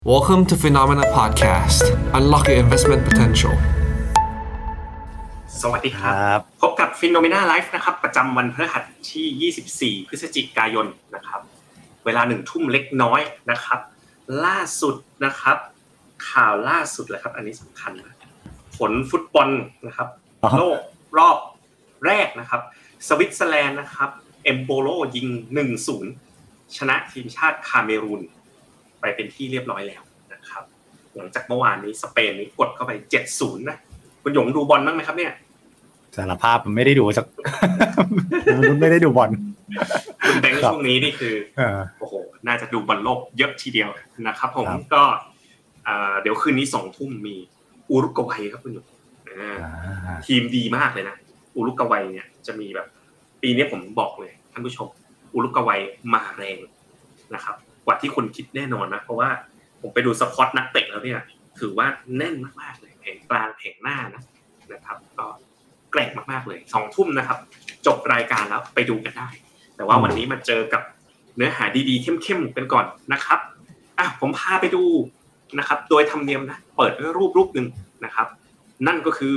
Welcome to Phenomena Podcast. Unlock your investment potential. สวัสดีครับพบกับ Phenomena Live นะครับประจำวันพฤหัสที่24พฤศจิกายนนะครับเวลา 1 ทุ่มเล็กน้อยนะครับล่าสุดนะครับข่าวล่าสุดเลยครับอันนี้สำคัญนะผลฟุตบอลนะครับโลกรอบแรกนะครับสวิตเซอร์แลนด์นะครับเอมโบโลยิง 1-0 ชนะทีมชาติคาเมรูนไปเป็นที่เรียบร้อยแล้วนะครับหลังจากเมื่อวานนี้สเปนนี่กดเข้าไป 7-0 นะคุณหยงดูบอลบ้างไหมครับเนี่ยสารภาพมันไม่ได้ดูสัก ไม่ได้ดูบอลคุณแบงค์ช่วงนี้นี่คือโอ้โหน่าจะดูบอลโลกเยอะทีเดียวนะครับผมก็เดี๋ยวคืนนี้ 20:00 นมีอุรุกวัยครับคุณหยงทีมดีมากเลยนะอุรุกวัยเนี่ยจะมีแบบปีนี้ผมบอกเลยท่านผู้ชมอุรุกวัยมาแรงนะครับกว่าที่คุณคิดแน่นอนนะเพราะว่าผมไปดูสควอตนักเตะแล้วเนี่ยถือว่าแน่นมากๆเลยแผงกลางแผงหน้านะครับก็แกร่งมากๆเลย 20:00 นนะครับจบรายการแล้วไปดูกันได้แต่ว่าวันนี้มาเจอกับเนื้อหาดีๆเข้มๆกันก่อนนะครับผมพาไปดูนะครับโดยธรรมเนียมนะเปิดด้วยรูปนึงนะครับนั่นก็คือ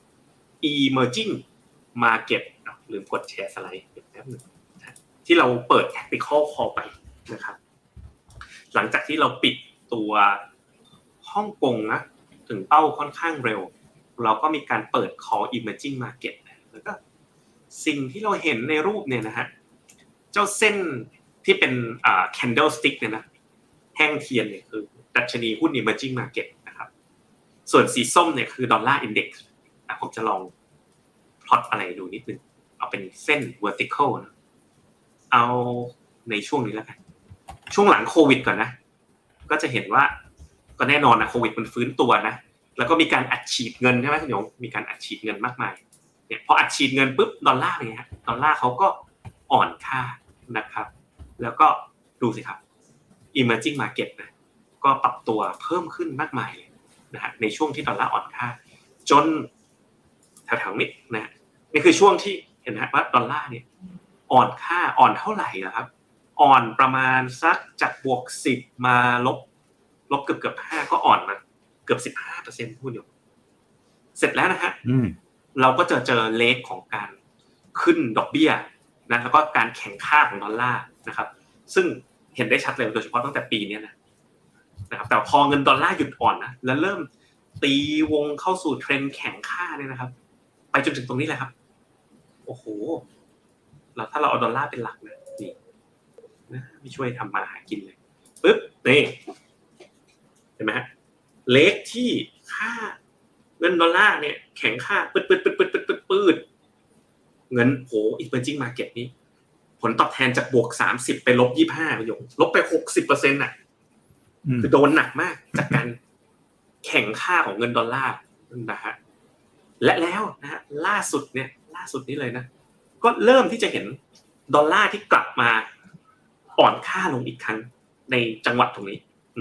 emerging market ลืมกดแชร์สไลด์แป๊บนึงที่เราเปิด tactical call ไปนะครับหลังจากที่เราปิดตัวฮ่องกงนะถึงเป้าค่อนข้างเร็วเราก็มีการเปิด call emerging market แล้วก็สิ่งที่เราเห็นในรูปเนี่ยนะฮะเจ้าเส้นที่เป็นcandlestick เนี่ยนะแท่งเทียนเนี่ยคือดัชนีหุ้น emerging market นะครับส่วนสีส้มเนี่ยคือดอลลาร์ index ผมจะลองพล็อตอะไรดูนิดนึงเอาเป็นเส้น vertical นะเอาในช่วงนี้แล้วกันช่วงหลังโควิดก่อนนะก็จะเห็นว่าก็แน่นอนนะโควิดมันฟื้นตัวนะแล้วก็มีการอัดฉีดเงินใช่ไหมคุณหยงมีการอัดฉีดเงินมากมายเนี่ยพออัดฉีดเงินปุ๊บดอลลาร์เนี่ยฮะดอลลาร์เขาก็อ่อนค่านะครับแล้วก็ดูสิครับ emerging market นะก็ปรับตัวเพิ่มขึ้นมากมายเลยนะฮะในช่วงที่ดอลลาร์อ่อนค่าจนแถวๆนี้นะนี่คือช่วงที่เห็นนะว่าดอลลาร์เนี่ยอ่อนค่าอ่อนเท่าไหร่ล่ะครับอ่อนประมาณสักจากบวก10มาลบเกือบ5ก็อ่อนมาเกือบ 15% พูดอยู่เสร็จแล้วนะฮะเราก็เจอเลทของการขึ้นดอกเบี้ยนะแล้วก็การแข่งค่าของดอลลาร์นะครับซึ่งเห็นได้ชัดเลยโดยเฉพาะตั้งแต่ปีนี้นะครับแต่พอเงินดอลลาร์หยุดอ่อนนะแล้วเริ่มตีวงเข้าสู่เทรนด์แข่งค่าเนี่ยนะครับไปจนถึงตรงนี้แหละครับโอ้โหแล้วถ้าเราเอาดอลลาร์เป็นหลักนะนี่นะไม่ช่วยทำมาหากินเลยปึ๊บนี่เห็นไหมฮะเลขที่ค่าเงินดอลลาร์เนี่ยแข็งค่าปืดเงินโห emerging market นี้ผลตอบแทนจากบวก30ไปลบ25ประโยคลบไป 60% น่ะคือโดนหนักมากจากการแข่งค่าของเงินดอลลาร์นะฮะและแล้วนะฮะล่าสุดนี้เลยนะก็เริ่มที่จะเห็นดอลลาร์ที่กลับมาอ่อนค่าลงอีกครั้งในจังหวัดตรงนี้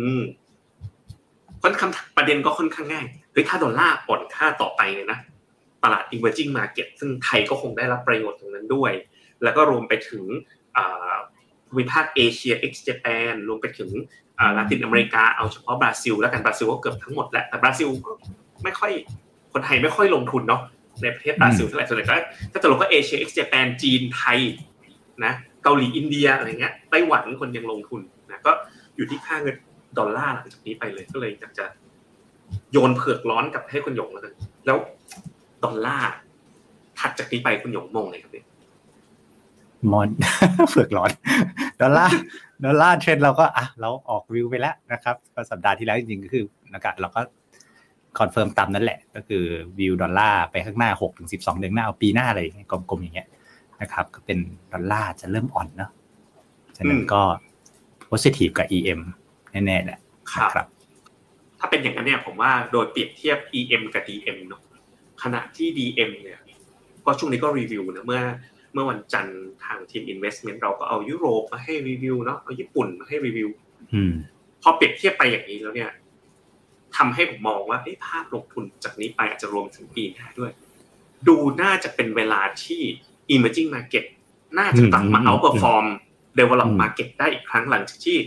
ประเด็นก็ค่อนข้างง่ายถ้าดอลลาร์อ่อนค่าต่อไปเนี่ยนะตลาด emerging market ซึ่งไทยก็คงได้รับประโยชน์ตรงนั้นด้วยแล้วก็รวมไปถึงภูมิภาคเอเชีย ex Japan รวมไปถึงลาตินอเมริกาเอาเฉพาะบราซิลแล้วกันบราซิลก็เกือบทั้งหมดแล้วแต่บราซิลก็ไม่ค่อยคนไทยไม่ค่อยลงทุนเนาะในประเทศบราซิลเท่าไหร่ส่วนใหญ่ก็ถ้าจะลงก็เอเชีย ex Japan จีนไทยนะเกาหลีอินเดียอะไรเงี้ยไต้หวันคนยังลงทุนนะก็อยู่ที่ค่าเงินดอลลาร์หลังจากนี้ไปเลยก็เลยอยากจะโยนเผือกร้อนกับให้คุณหยงแล้วกันแล้วดอลลาร์ถัดจากนี้ไปคุณหยงมองอะไรครับเนี่ยมอน เผือกร้อนดอลลาร์เทรนด์เราก็เราออกวิวไปแล้วนะครับก็สัปดาห์ที่แล้วจริงๆก็คือนะครับเราก็คอนเฟิร์มตามนั้นแหละก็คือวิวดอลลาร์ไปข้างหน้า 6-12 เดือนหน้าเอาปีหน้าอะไรกลมๆอย่างเงี้ยนะครับก็เป็นดอลลาร์จะเริ่มอ่อนเนาะฉะนั้นก็ positive กับ EM แน่ๆแหละครับถ้าเป็นอย่างนั้นเนี่ยผมว่าโดยเปรียบเทียบ EM กับ DM เนาะขณะที่ DM เนี่ยก็ช่วงนี้ก็รีวิวนะเมื่อวันจันทร์ทางทีม investment เราก็เอายุโรปมาให้รีวิวเนาะเอาญี่ปุ่นมาให้รีวิวพอเปรียบเทียบไปอย่างนี้แล้วเนี่ยทำให้ผมมองว่าภาพลงทุนจากนี้ไปอาจจะรวมถึงปีหน้าด้วยดูน่าจะเป็นเวลาที่ emerging market น่าจะกลับมา outperform develop market ได้อีกครั้งหลังจากที่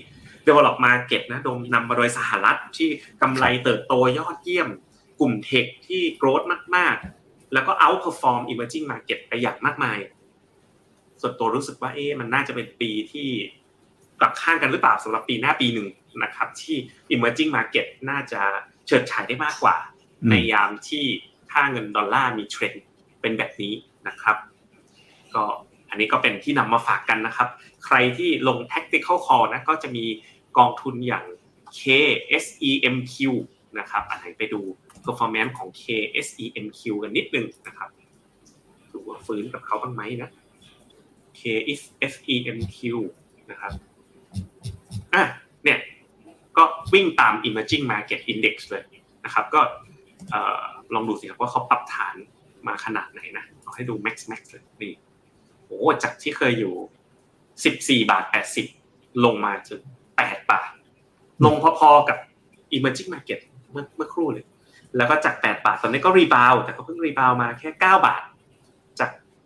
develop market นะนำมาโดยสหรัฐที่กำไรเติบโตยอดเยี่ยมกลุ่มเทคที่ growth มากๆแล้วก็ outperform emerging market ไปอย่างมากมายส่วนตัวรู้สึกว่ามันน่าจะเป็นปีที่กลับข้างกันหรือเปล่าสำหรับปีหน้าปีหนึ่งนะครับที่ emerging market น่าจะเฉิดฉายได้มากกว่าในยามที่ค่าเงินดอลลาร์มีเทรนด์เป็นแบบนี้นะครับก็อันนี้ก็เป็นที่นำมาฝากกันนะครับใครที่ลง tactical call นะก็จะมีกองทุนอย่าง KSEMQ นะครับอันไหนไปดู performance ของ KSEMQ กันนิดนึงนะครับดูว่าฟื้นกับเขาบ้างไหมนะ KSEMQ นะครับเนี่ยก็วิ่งตาม emerging market index เลยนะครับก็ลองดูสิครับว่าเขาปรับฐานมาขนาดไหนนะเอาให้ดู max เลยนี่โอ้จากที่เคยอยู่14.80 ลงมาจน8 บาทลงพอๆกับ emerging market เมื่อครู่เลยแล้วก็จาก8 บาทตอนนี้ก็รีบาวแต่ก็เพิ่งรีบาวมาแค่9 บาทจาก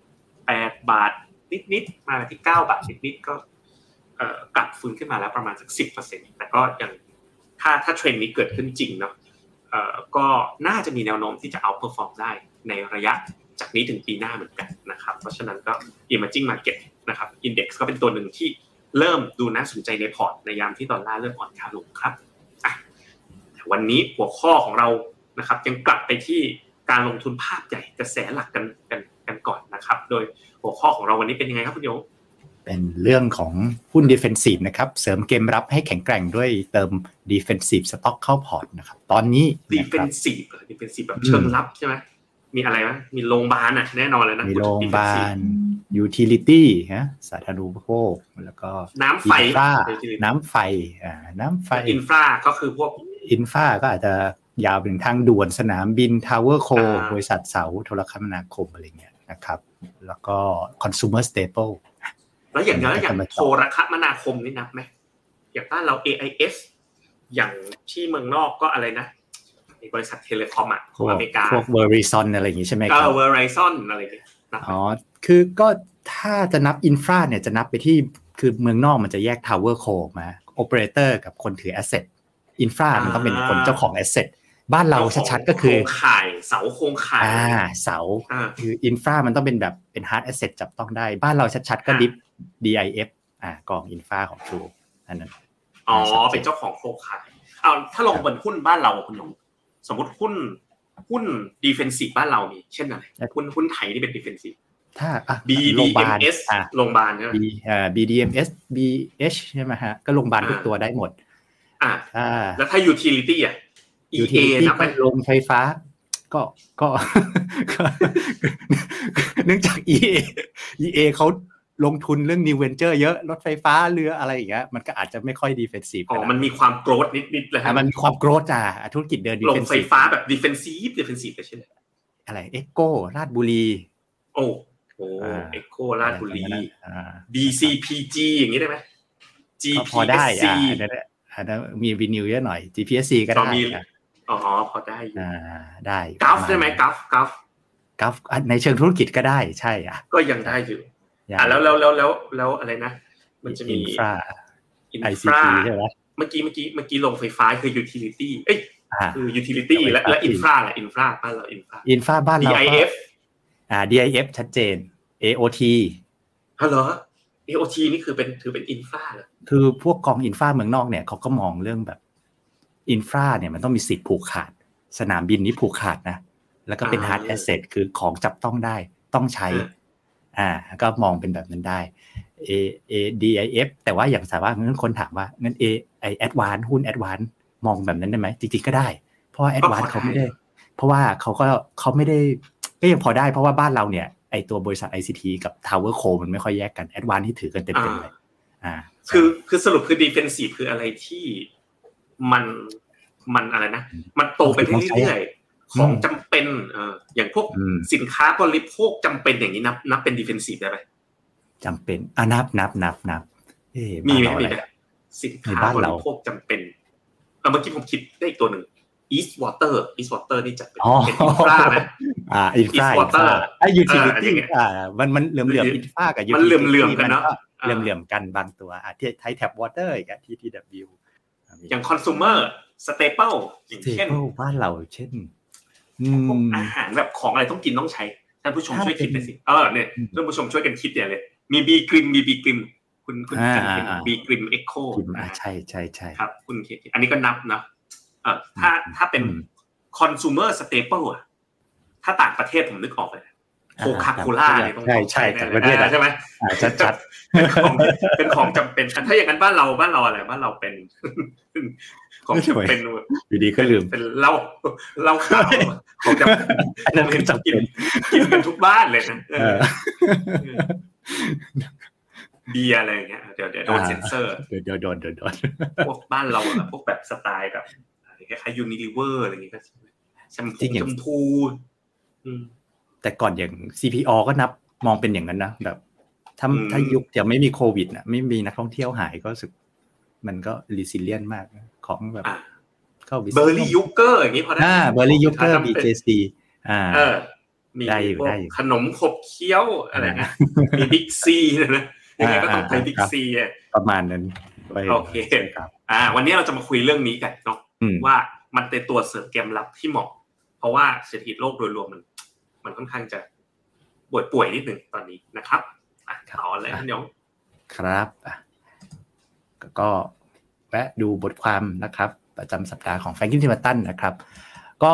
8 บาทนิดๆมาที่9 บาทนิดๆก็กลับฟื้นขึ้นมาแล้วประมาณสัก 10% แต่ก็ยังถ้าเทรนด์นี้เกิดขึ้นจริงเนาะก็น่าจะมีแนวโน้มที่จะ outperform ได้ในระยะจากนี้ถึงปีหน้าเหมือนกันนะครับเพราะฉะนั้นก็ emerging market นะครับ index ก็เป็นตัวหนึ่งที่เริ่มดูน่าสนใจในพอร์ตในยามที่ดอลลาร์เริ่มอ่อนค่าลงครับวันนี้หัวข้อของเรานะครับยังกลับไปที่การลงทุนภาพใหญ่กระแสหลักกันก่อนนะครับโดยหัวข้อของเราวันนี้เป็นยังไงครับคุณโยเป็นเรื่องของหุ้น defensive นะครับเสริมเกมรับให้แข็งแกร่งด้วยเติม defensive stock เข้าพอร์ตนะครับตอนนี้ defensive แบบเชิงรับใช่ไหมมีอะไรมั้ยมีโรงพยาบาลแน่นอนเลยนะมีโรงพยาบาล utility ฮะสาธารณูปโภคแล้วก็น้ำไฟน้ำไฟอินฟราก็คือพวกอินฟราก็อาจจะยาวไปถึงทางด่วนสนามบิน Tower Co บริษัทเสาโทรคมนาคมอะไรเงี้ยนะครับแล้วก็ consumer staple แล้วอย่างโทรคมนาคมนี่นับไหมอย่างบ้านเรา AIS อย่างที่เมืองนอกก็อะไรนะบริษัทเทเลคอมของอเมริกาพวก Verizon อะไรอย่างงี้ใช่ไหมครับ Verizon อะไรอย่างเงี้ยอ๋อคือก็ถ้าจะนับอินฟราเนี่ยจะนับไปที่คือเมืองนอกมันจะแยก Tower Co มา Operator กับคนถือ Asset อินฟรามันต้องเป็นคนเจ้าของ Asset บ้านเราชัดๆก็คือโครงข่ายเสาโครงข่ายเสาคืออินฟรามันต้องเป็นแบบเป็น Hard Asset จับต้องได้บ้านเราชัดๆก็DIF กองอินฟราของ True อันนั้นเป็นเจ้าของโครงข่ายถ้าลงบนหุ้นบ้านเราคุณหนงสมมุติหุ้น defensive บ้านเรามีเช่นอะไรหุ้นไทยที่เป็น defensive ถ้า BDMs โรงพยาบาลใช่ไหม BDMs BH ใช่ไหมฮะก็โรงพยาบาลทุกตัวได้หมดแล้วถ้า utility EA นับเป็นโรงไฟฟ้าก็เนื่องจาก EA เขาลงทุนเรื่อง new venture เยอะรถไฟฟ้าเรืออะไรอย่างเงี้ยมันก็อาจจะไม่ค่อย defensive มันมีความ growth นิดๆเลยฮะมันมีความ growth ธุรกิจเดิน defensive โรงไฟฟ้าแบบ defensive ใช่มั้ยอะไร Echo ราชบุรีโอ้ Echo ราชบุรี BCPG อย่างงี้ได้มั้ย GPSC อันนั้นมี renew เยอะหน่อย GPSC ก็ได้พอได้อยู่ได้ GAF ได้มั้ย GAF ในเชิงธุรกิจก็ได้ใช่ก็ยังได้อยู่แล้วอะไรนะมันจะมี ICT ใช่มั้ยเมื่อกี้ลงไฟฟ้าคือ utility คือ utility และ infra แหละ infra บ้านเรา infra บ้านเรา DIF ชัดเจน AOT เหรอ AOT นี่คือถือเป็น infra เหรอคือพวกกอง infra เมืองนอกเนี่ยเขาก็มองเรื่องแบบอินฟราเนี่ยมันต้องมีสิทธิ์ผูกขาดสนามบินนี้ผูกขาดนะแล้วก็เป็น hard asset คือของจับต้องได้ต้องใช้ก็มองเป็นแบบนั้นได้ DIF แต่ว่าอย่างสามารถงั้นคนถามว่างั้นadvance หุ้น advance มองแบบนั้นได้ไหมจริงๆก็ได้เพราะว่า advance เขาไม่ได้เพราะว่าเขาไม่ได้ก็ยังพอได้เพราะว่าบ้านเราเนี่ยไอตัวบริษัท ICT กับ Tower Co มันไม่ค่อยแยกกัน advance ที่ถือกันเต็มๆเลยคือสรุปคือ defensive คืออะไรที่มันอะไรนะมันโตไปเรื่อยๆของจำเป็นอย่างพวกสินค้าบริโภคจำเป็นอย่างนี้นับเป็น defensive ได้ไหมจำเป็นนับมีไหมสินค้าบริโภคจำเป็นเมื่อกี้ผมคิดได้อีกตัวหนึ่ง East Water นี่จัดเป็นอินฟรานะ East Water utility มันเหลื่อมๆอินฟรากับ utility มันเหลื่อมๆกันเนาะเหลื่อมๆกันบางตัวที่ไทยแท็บวอเตอร์อีกที่ TW อย่าง consumer staple อย่างเช่นบ้านเราเช่นพวกอาหารแบบของอะไรต้องกินต้องใช้ท่านผู้ชมช่วยคิดหน่อยสิเนี่ยท่านผู้ชมช่วยกันคิดเนี่ยเลยมีบีกริมคุณกันเป็นบีกริมเอ็กโคใช่ครับคุณอันนี้ก็นับนะถ้าเป็น consumer staple อ่ะถ้าต่างประเทศผมนึกออกเลยโคคาโคล่าเนี่ยต้องใช่ต่างประเทศใช่ไหมชัดเป็นของจำเป็นถ้าอย่างนั้นบ้านเราอะไรบ้านเราเป็นของจำเป็นอยู่ดีก็ลืมเป็นเหล้าขาวของจำเป็นกินกันทุกบ้านเลยนะเบียร์อะไรอย่างเงี้ยเดี๋ยวโดนเซ็นเซอร์เดี๋ยวโดนพวกบ้านเราพวกแบบสไตล์แบบคล้ายๆ Unilever อะไรอย่างเงี้ยก็แชมพูแต่ก่อนอย่าง CPO ก็นับมองเป็นอย่างนั้นนะแบบถ้ายุคยังไม่มีโควิดน่ะไม่มีนักท่องเที่ยวหายก็รู้สึกมันก็รีซิเลียนมากของแบบเข้าเบอร์รี่ยูเกอร์อย่างนี้พอได้เบอร์รี่ยูเกอร์ BJC มีขนมขบเคี้ยวอะไรนะมีบิ๊กซีนะยังไงก็ต้องไปบิ๊กซีประมาณนั้นโอเคครับวันนี้เราจะมาคุยเรื่องนี้กันเนาะว่ามันเป็นตัวเสริมเกมลับที่เหมาะเพราะว่าเศรษฐกิจโลกโดยรวมมันค่อนข้างจะป่วยนิดนึงตอนนี้นะครับต่อเลยพี่น้องครับก็แวะดูบทความนะครับประจำสัปดาห์ของแฟรงกิน ทิมเบอร์ตันนะครับก็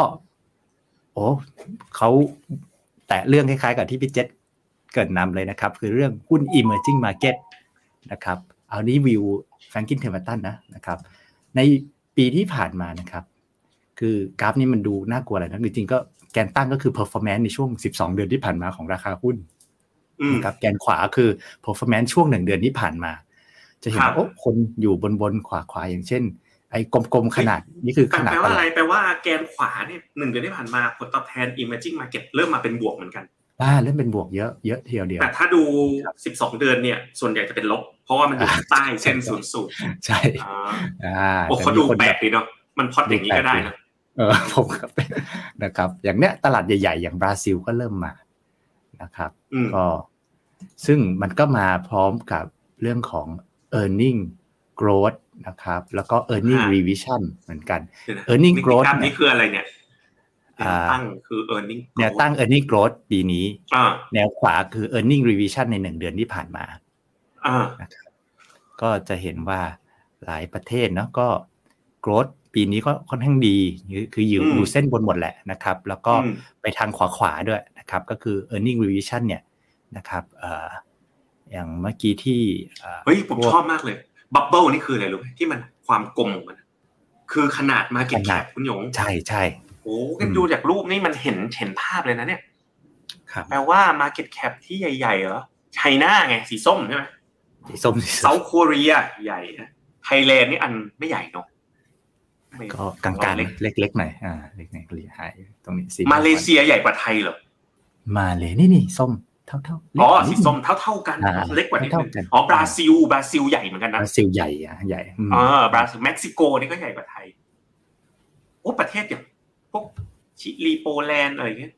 เขาแตะเรื่องคล้ายๆกับที่พี่เจษเกิดนำเลยนะครับคือเรื่องหุ้น emerging market นะครับเอานี้วิวแฟรงกิน ทิมเบอร์ตันนะครับในปีที่ผ่านมานะครับคือกราฟนี้มันดูน่ากลัวอะไรนะจริงๆก็แกนตั้งก็คือ performance ในช่วง12เดือนที่ผ่านมาของราคาหุ้นนะครับแกนขวาคือ performance ช่วง1เดือนที่ผ่านมาจะเห็นว่าคนอยู่บนขวาอย่างเช่นไอ้กลมๆขนาดนี่คือขนาดแปลว่าอะไรแปลว่าแกนขวาเนี่ย1เดือนที่ผ่านมาผลตอบแทน emerging market เริ่มมาเป็นบวกเหมือนกันเริ่มเป็นบวกเยอะทีเดียวแต่ถ้าดู12เดือนเนี่ยส่วนใหญ่จะเป็นลบเพราะว่ามันอยู่ใต้เส้น00 ใช่เขาดูแปลกดีเนาะมันพอดอย่างนี้ก็ได้นะผมครับนะครับอย่างเนี้ยตลาดใหญ่ๆอย่างบราซิลก็เริ่มมานะครับก็ซึ่งมันก็มาพร้อมกับเรื่องของ earning growth นะครับแล้วก็ earning revision เหมือนกัน earning growth นี่คืออะไรเนี่ยตั้งคือ earning แนวตั้ง earning growth ปีนี้แนวขวาคือ earning revision ใน1เดือนที่ผ่านมานะครับก็จะเห็นว่าหลายประเทศเนาะก็ growth ปีนี้ก็ค่อนข้างดีคืออยู่เส้นบนหมดแหละนะครับแล้วก็ไปทางขวาด้วยนะครับก็คือ earning revision เนี่ยนะครับอย่างเมื่อกี้ที่ผมชอบมากเลยบับเบิ้ลนี่คืออะไรรู้ไหมที่มันความกลมของมันคือขนาด market cap คุณหยงใช่โอ้กันดูจากรูปนี่มันเห็นภาพเลยนะเนี่ยแปลว่า market cap ที่ใหญ่ๆเหรอไชน่าไงสีส้มใช่ไหมสีส้มเซาท์โคเรียใหญ่ไทยแลนด์นี่อันไม่ใหญ่เนาะก็กลางๆเล็กๆหน่อยเล็กๆหายตรงนี้มาเลเซียใหญ่กว่าไทยเหรอมาเลยนี่ส้มเท่าสีส้มเท่ากันเล็กกว่านิดนึงบราซิลใหญ่เหมือนกันนะบราซิลใหญ่ใหญ่บราซิลเม็กซิโกนี่ก็ใหญ่กว่าไทยประเทศอย่างพวกชิลีโปแลนด์อะไรเงี้ย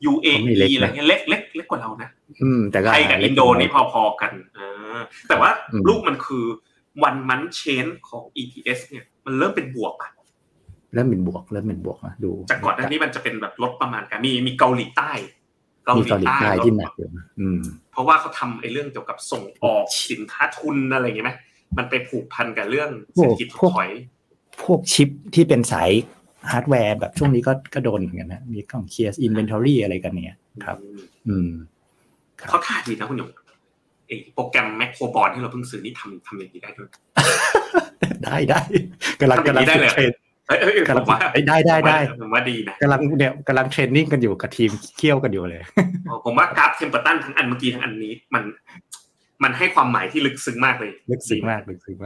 UAE อะไรเงี้ยเล็กกว่าเรานะแต่ไทยกับอินโดนี่พอๆกันแต่ว่าลูกมันคือone month change ของ EPS เนี่ยมันเริ่มเป็นบวกป่ะเริ่มเป็นบวกนะดูจากก่อนหน้านี้มันจะเป็นแบบลดประมาณกันมีเกาหลีใต้ที่หนักอยู่เพราะว่าเขาทำไอ้เรื่องเกี่ยวกับส่งออกสินค้าทุนอะไรอย่างเงี้ยไหมมันไปผูกพันกับเรื่องเศรษฐกิจถอยพวกชิปที่เป็นสายฮาร์ดแวร์แบบช่วงนี้ก็โดนเหมือนกันนะมีของ Clear Inventory อะไรกันเนี่ยครับเขาขายดีนะคุณหยงโปรแกรมแมคโครบอลที่เราเพิ่งซื้อนี่ทำอย่างนี้ได้ด้วยได้กำลังเทรนผมว่าได้ผมว่าดีนะกำลังเทรนนิ่งกันอยู่กับทีมเคี่ยวกันอยู่เลยผมว่ากราฟเทมเปอร์ตันทั้งอันเมื่อกี้ทั้งอันนี้มันให้ความหมายที่ลึกซึ้งมากเลยลึกซึ้งมาก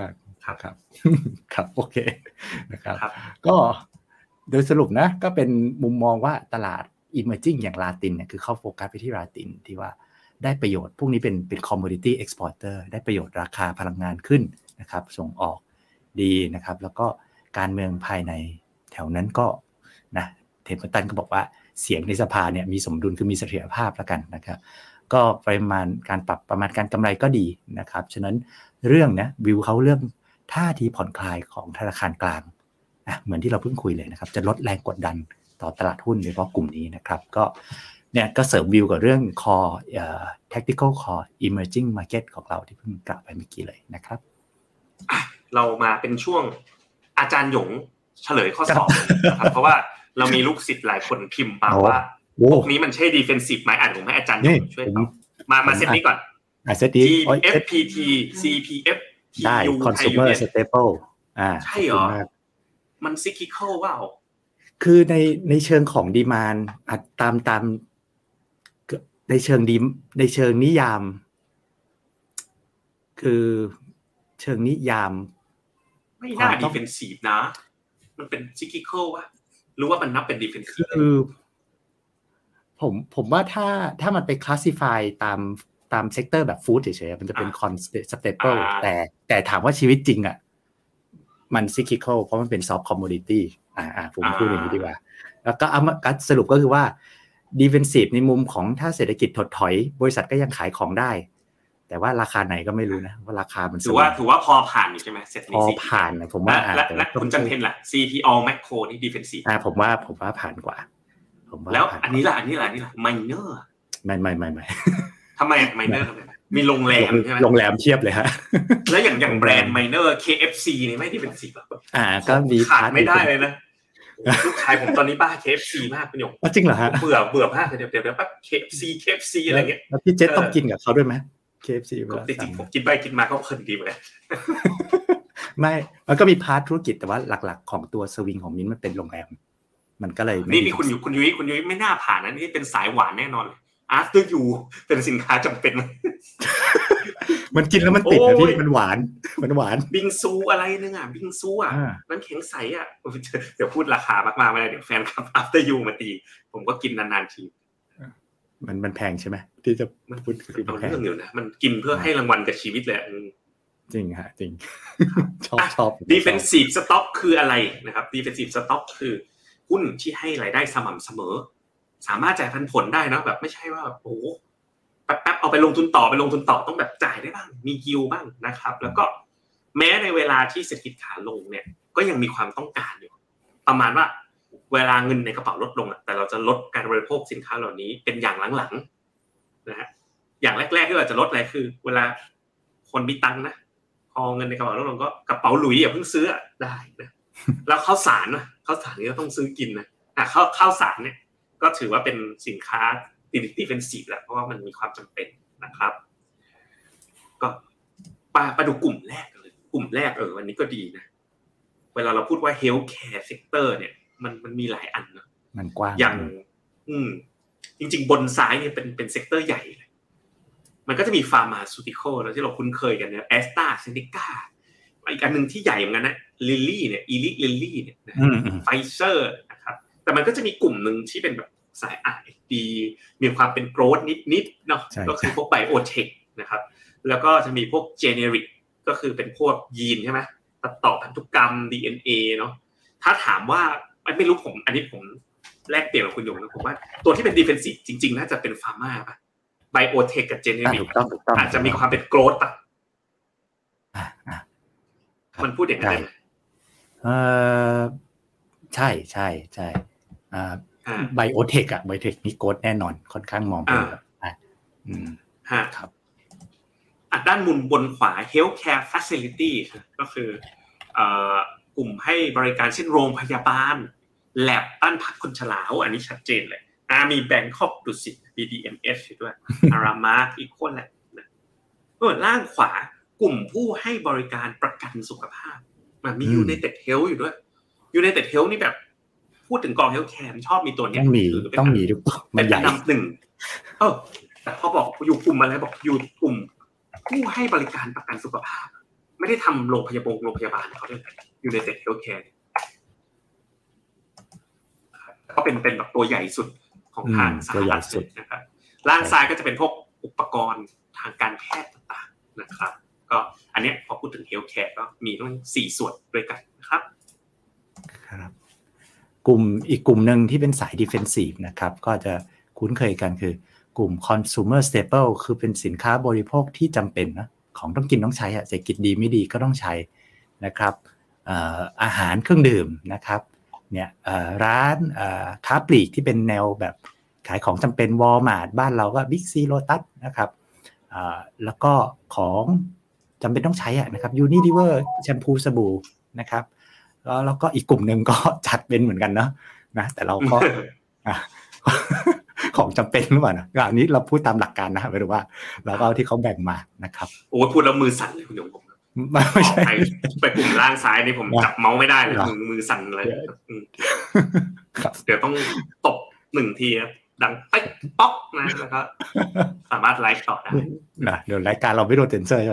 ครับโอเคนะครับก็โดยสรุปนะก็เป็นมุมมองว่าตลาด emerging อย่างลาตินเนี่ยคือเข้าโฟกัสไปที่ลาตินที่ว่าได้ประโยชน์พวกนี้เป็น commodity exporter ได้ประโยชน์ราคาพลังงานขึ้นนะครับส่งออกดีนะครับแล้วก็การเมืองภายในแถวนั้นก็นะเทมเปอร์ตันก็บอกว่าเสียงในสภาเนี่ยมีสมดุลคือมีเสถียรภาพแล้วกันนะครับก็ประมาณการกำไรก็ดีนะครับฉะนั้นเรื่องนะวิวเขาเรื่องท่าทีผ่อนคลายของธนาคารกลางเหมือนที่เราเพิ่งคุยเลยนะครับจะลดแรงกดดันต่อตลาดหุ้นโดยเฉพาะกลุ่มนี้นะครับก็เนี่ยก็เสริมวิวกับเรื่อง core tactical core emerging market ของเราที่เพิ่งกล่าวไปเมื่อกี้เลยนะครับเรามาเป็นช่วงอาจารย์หยงเฉลยข้อสอบนะครับเพราะว่าเรามีลูกศิษย์หลายคนพิมพ์มาว่าพวกนี้มันใช่ defensive ไหมผมให้อาจารย์หยงช่วยตอบมาเซตนี้ก่อนเซตนี้ FPT CPF ได้ consumer staple ใช่เหรอมัน cyclical เปล่าคือในเชิงของ demand ตามในเชิงนิยามคือเชิงนิยามไม่น่า defensive นะมันเป็น cyclical ว่ะหรือว่ามันนับเป็น defensive คือผมว่าถ้ามันไป classify ตามเซกเตอร์แบบฟู้ดเฉยๆมันจะเป็น staple แต่ถามว่าชีวิตจริงอ่ะมัน cyclical เพราะมันเป็น soft commodity ผมพูดอย่างนี้ดีกว่าแล้วก็สรุปก็คือว่า defensive ในมุมของถ้าเศรษฐกิจถดถอยบริษัทก็ยังขายของได้แต่ว่าราคาไหนก็ไม่รู้นะว่าราคามันถือว่าพอผ่านอยู่ใช่ไหมเสร็จนี้พอผ่านนะผมว่าและคุณจันเพ็ญล่ะ CPO Macro นี่ defensive ผมว่าผ่านกว่าแล้วอันนี้ล่ะ minor ไม่ทำไม minor ทำไมมีโรงแรมใช่ไหมโรงแรมเทียบเลยฮะแล้วอย่างแบรนด์ minor KFC นี่ไม่ defensive ก็มีขาดไม่ได้เลยนะลูกชายผมตอนนี้บ้า KFC มากคุณหยงจริงเหรอฮะเบื่อมากเลยเดี๋ยวแป๊บ KFC อะไรเงี้ยแล้วพี่เจษต้องกินกับเขาด้วยไหม KFC ปกติผมกินไปกินมาก็เพลินดีเหมือนกันไม่มันก็มีพาร์ทธุรกิจแต่ว่าหลักๆของตัวสวิงของมิ้นมันเป็นโรงแรมมันก็เลยนี่คุณยุ้ยไม่น่าผ่านนะนี่เป็นสายหวานแน่นอนเลย After You เป็นสินค้าจำเป็นมันกินแล้วมันติดนะพี่มันหวานบิงซูอะไรนึงบิงซูน้ำแข็งใสเดี๋ยวพูดราคามากๆไม่ได้เดี๋ยวแฟนคลับ After You มาตีผมก็กินนานๆทีมันแพงใช่ไหมที่จะพูดคือมันแพงอยู่นะมันกินเพื่อให้รางวัลกับชีวิตเลยจริงฮะจริงชอบ defensive stock คืออะไรนะครับ defensive stock คือหุ้นที่ให้รายได้สม่ำเสมอสามารถจ่ายปันผลได้นะแบบไม่ใช่ว่าโอ้แป๊บๆเอาไปลงทุนต่อต้องแบบจ่ายได้บ้างมียิวบ้างนะครับแล้วก็แม้ในเวลาที่เศรษฐกิจขาลงเนี่ยก็ยังมีความต้องการอยู่ประมาณว่าเวลาเงินในกระเป๋าลดลงแต่เราจะลดการบริโภคสินค้าเหล่านี้เป็นอย่างหลังๆนะฮะอย่างแรกๆที่เราจะลดอะไรคือเวลาคนมีตังค์นะพอเงินในกระเป๋าลดลงก็กระเป๋าหลุยอย่าเพิ่งซื้อได้นะแล้วข้าวสารนี่ก็ต้องซื้อกินนะข้าวสารเนี่ยก็ถือว่าเป็นสินค้าdefensive แหละเพราะว่ามันมีความจำเป็นนะครับก็ไปดูกลุ่มแรกกันเลยกลุ่มแรกวันนี้ก็ดีนะเวลาเราพูดว่า healthcare sector เนี่ยมันมีหลายอันนะมันกว้างอย่างจริงๆบนซ้ายเนี่ยเป็นเซกเตอร์ใหญ่เลยมันก็จะมี pharmaceutical แล้วที่เราคุ้นเคยกันเนี่ย AstraZeneca อีกอันนึงที่ใหญ่เหมือนกันนะ Lilly เนี่ย Eli Lilly เนี่ย Pfizer นะครับแต่มันก็จะมีกลุ่มนึงที่เป็นแบบสาย R&D มีความเป็น growth นิดๆเนาะก็คือพวก biotech นะครับแล้วก็จะมีพวก generic ก็คือเป็นพวกยีนใช่ไหมตัดต่อพันธุกรรม DNA เนาะถ้าถามว่าไม่รู้อันนี้ผมแลกเปลี่ยนกับคุณยงนะผมว่าตัวที่เป็น defensive จริงๆน่าจะเป็น pharma ป่ะ biotech กับ generic อาจจะมีความเป็น growth ป่ะมันพูดอย่างไรใช่biotech biotech นี่ growth แน่นอนค่อนข้างมองเป็นครับด้านบนขวา healthcare facility ก็คือกลุ่มให้บริการเช่นโรงพยาบาล lab บ้านพักคนชราอันนี้ชัดเจนเลยมี Bangkok ดุสิต BDMs อยู่ด้วย Aramark Equal ล่างขวากลุ่มผู้ให้บริการประกันสุขภาพมันมี United Health อยู่ด้วย United Health นี่แบบพูดถึงกอง healthcare ชอบมีตัวเนี้ยต้องมีทุกเป็นอันดับหนึ่งแต่พอบอกอยู่กลุ่มอะไรบอกอยู่กลุ่มผู้ให้บริการประกันสุขภาพไม่ได้ทำโรงพยาบาลเขาด้วยUnited Healthcare ก็เป็นแบบตัวใหญ่สุดของทางสหรัฐนะครับล่างซ้ายก็จะเป็นพวกอุปกรณ์ทางการแพทย์ต่างๆนะครับก็อันเนี้ยพอพูดถึง Healthcare ก็มีทั้ง4ส่วนด้วยกันนะครับครับอีกกลุ่มนึงที่เป็นสาย Defensive นะครับก็จะคุ้นเคยกันคือกกลุ่ม consumer staple คือเป็นสินค้าบริโภคที่จำเป็นนะของต้องกินต้องใช้เศรษฐกิจดีไม่ดีก็ต้องใช้นะครับอาหารเครื่องดื่มนะครับเนี่ยร้านค้าปลีกที่เป็นแนวแบบขายของจำเป็น Walmart บ้านเราก็ Big C Lotus นะครับแล้วก็ของจำเป็นต้องใช้นะครับ Unilever แชมพูสบู่นะครับแล้วก็อีกกลุ่มนึงก็จัดเป็นเหมือนกันนะแต่เราก็ ของจำเป็นหรือเปล่านะอันนี้เราพูดตามหลักการนะหมายถึงว่าเราก็เอาที่เขาแบ่งมานะครับโอ้ยพูดแล้วมือสั่นเลยคุณหยงผมไม่ใช่ไปกลุ่มล่างซ้ายนี่ผมจับเมาส์ไม่ได้เลยมือสั่นเลยเดี๋ยวต้องตบ1 ทีดังปิ๊กป๊อกนะแล้วก็สามารถไลฟ์ต่อได้นะเดี๋ยวรายการเราไม่โดนเซ็นเซอร์ใช่ไหม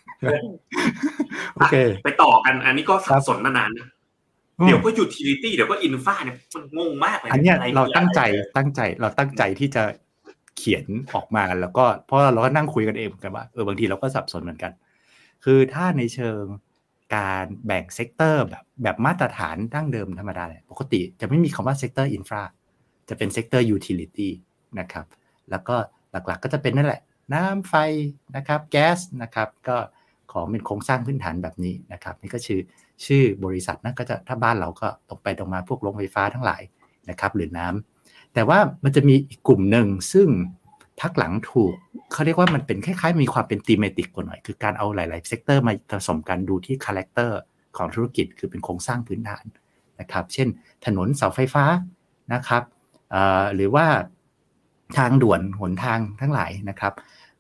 โอเคไปต่อกันอันนี้ก็สับสนมานานเดี๋ยวก็ utility เดี๋ยวก็ infra เนี่ยมันงงมากเลยอันนี้เราตั้งใจที่จะเขียนออกมาแล้วก็เพราะเราก็นั่งคุยกันเองกันว่าบางทีเราก็สับสนเหมือนกันคือถ้าในเชิงการแบ่งเซกเตอร์แบบมาตรฐานดั้งเดิมธรรมดาเนี่ยปกติจะไม่มีคำว่าเซกเตอร์อินฟราจะเป็นเซกเตอร์ยูทิลิตี้นะครับแล้วก็หลักๆก็จะเป็นนั่นแหละน้ำไฟนะครับแก๊สนะครับก็ของเป็นโครงสร้างพื้นฐานแบบนี้นะครับนี่ก็ชื่อบริษัทนะก็จะถ้าบ้านเราก็ตรงไปตรงมาพวกโรงไฟฟ้าทั้งหลายนะครับหรือน้ำแต่ว่ามันจะมีอีกกลุ่มหนึ่งซึ่งพักหลังถูกเขาเรียกว่ามันเป็นคล้ายๆมีความเป็นธีมติกกว่าหน่อยคือการเอาหลายๆเซกเตอร์มาผสมกันดูที่คาแรคเตอร์ของธุรกิจคือเป็นโครงสร้างพื้นฐานนะครับเช่นถนนเสาไฟฟ้านะครับหรือว่าทางด่วนหนทางทั้งหลายนะครับ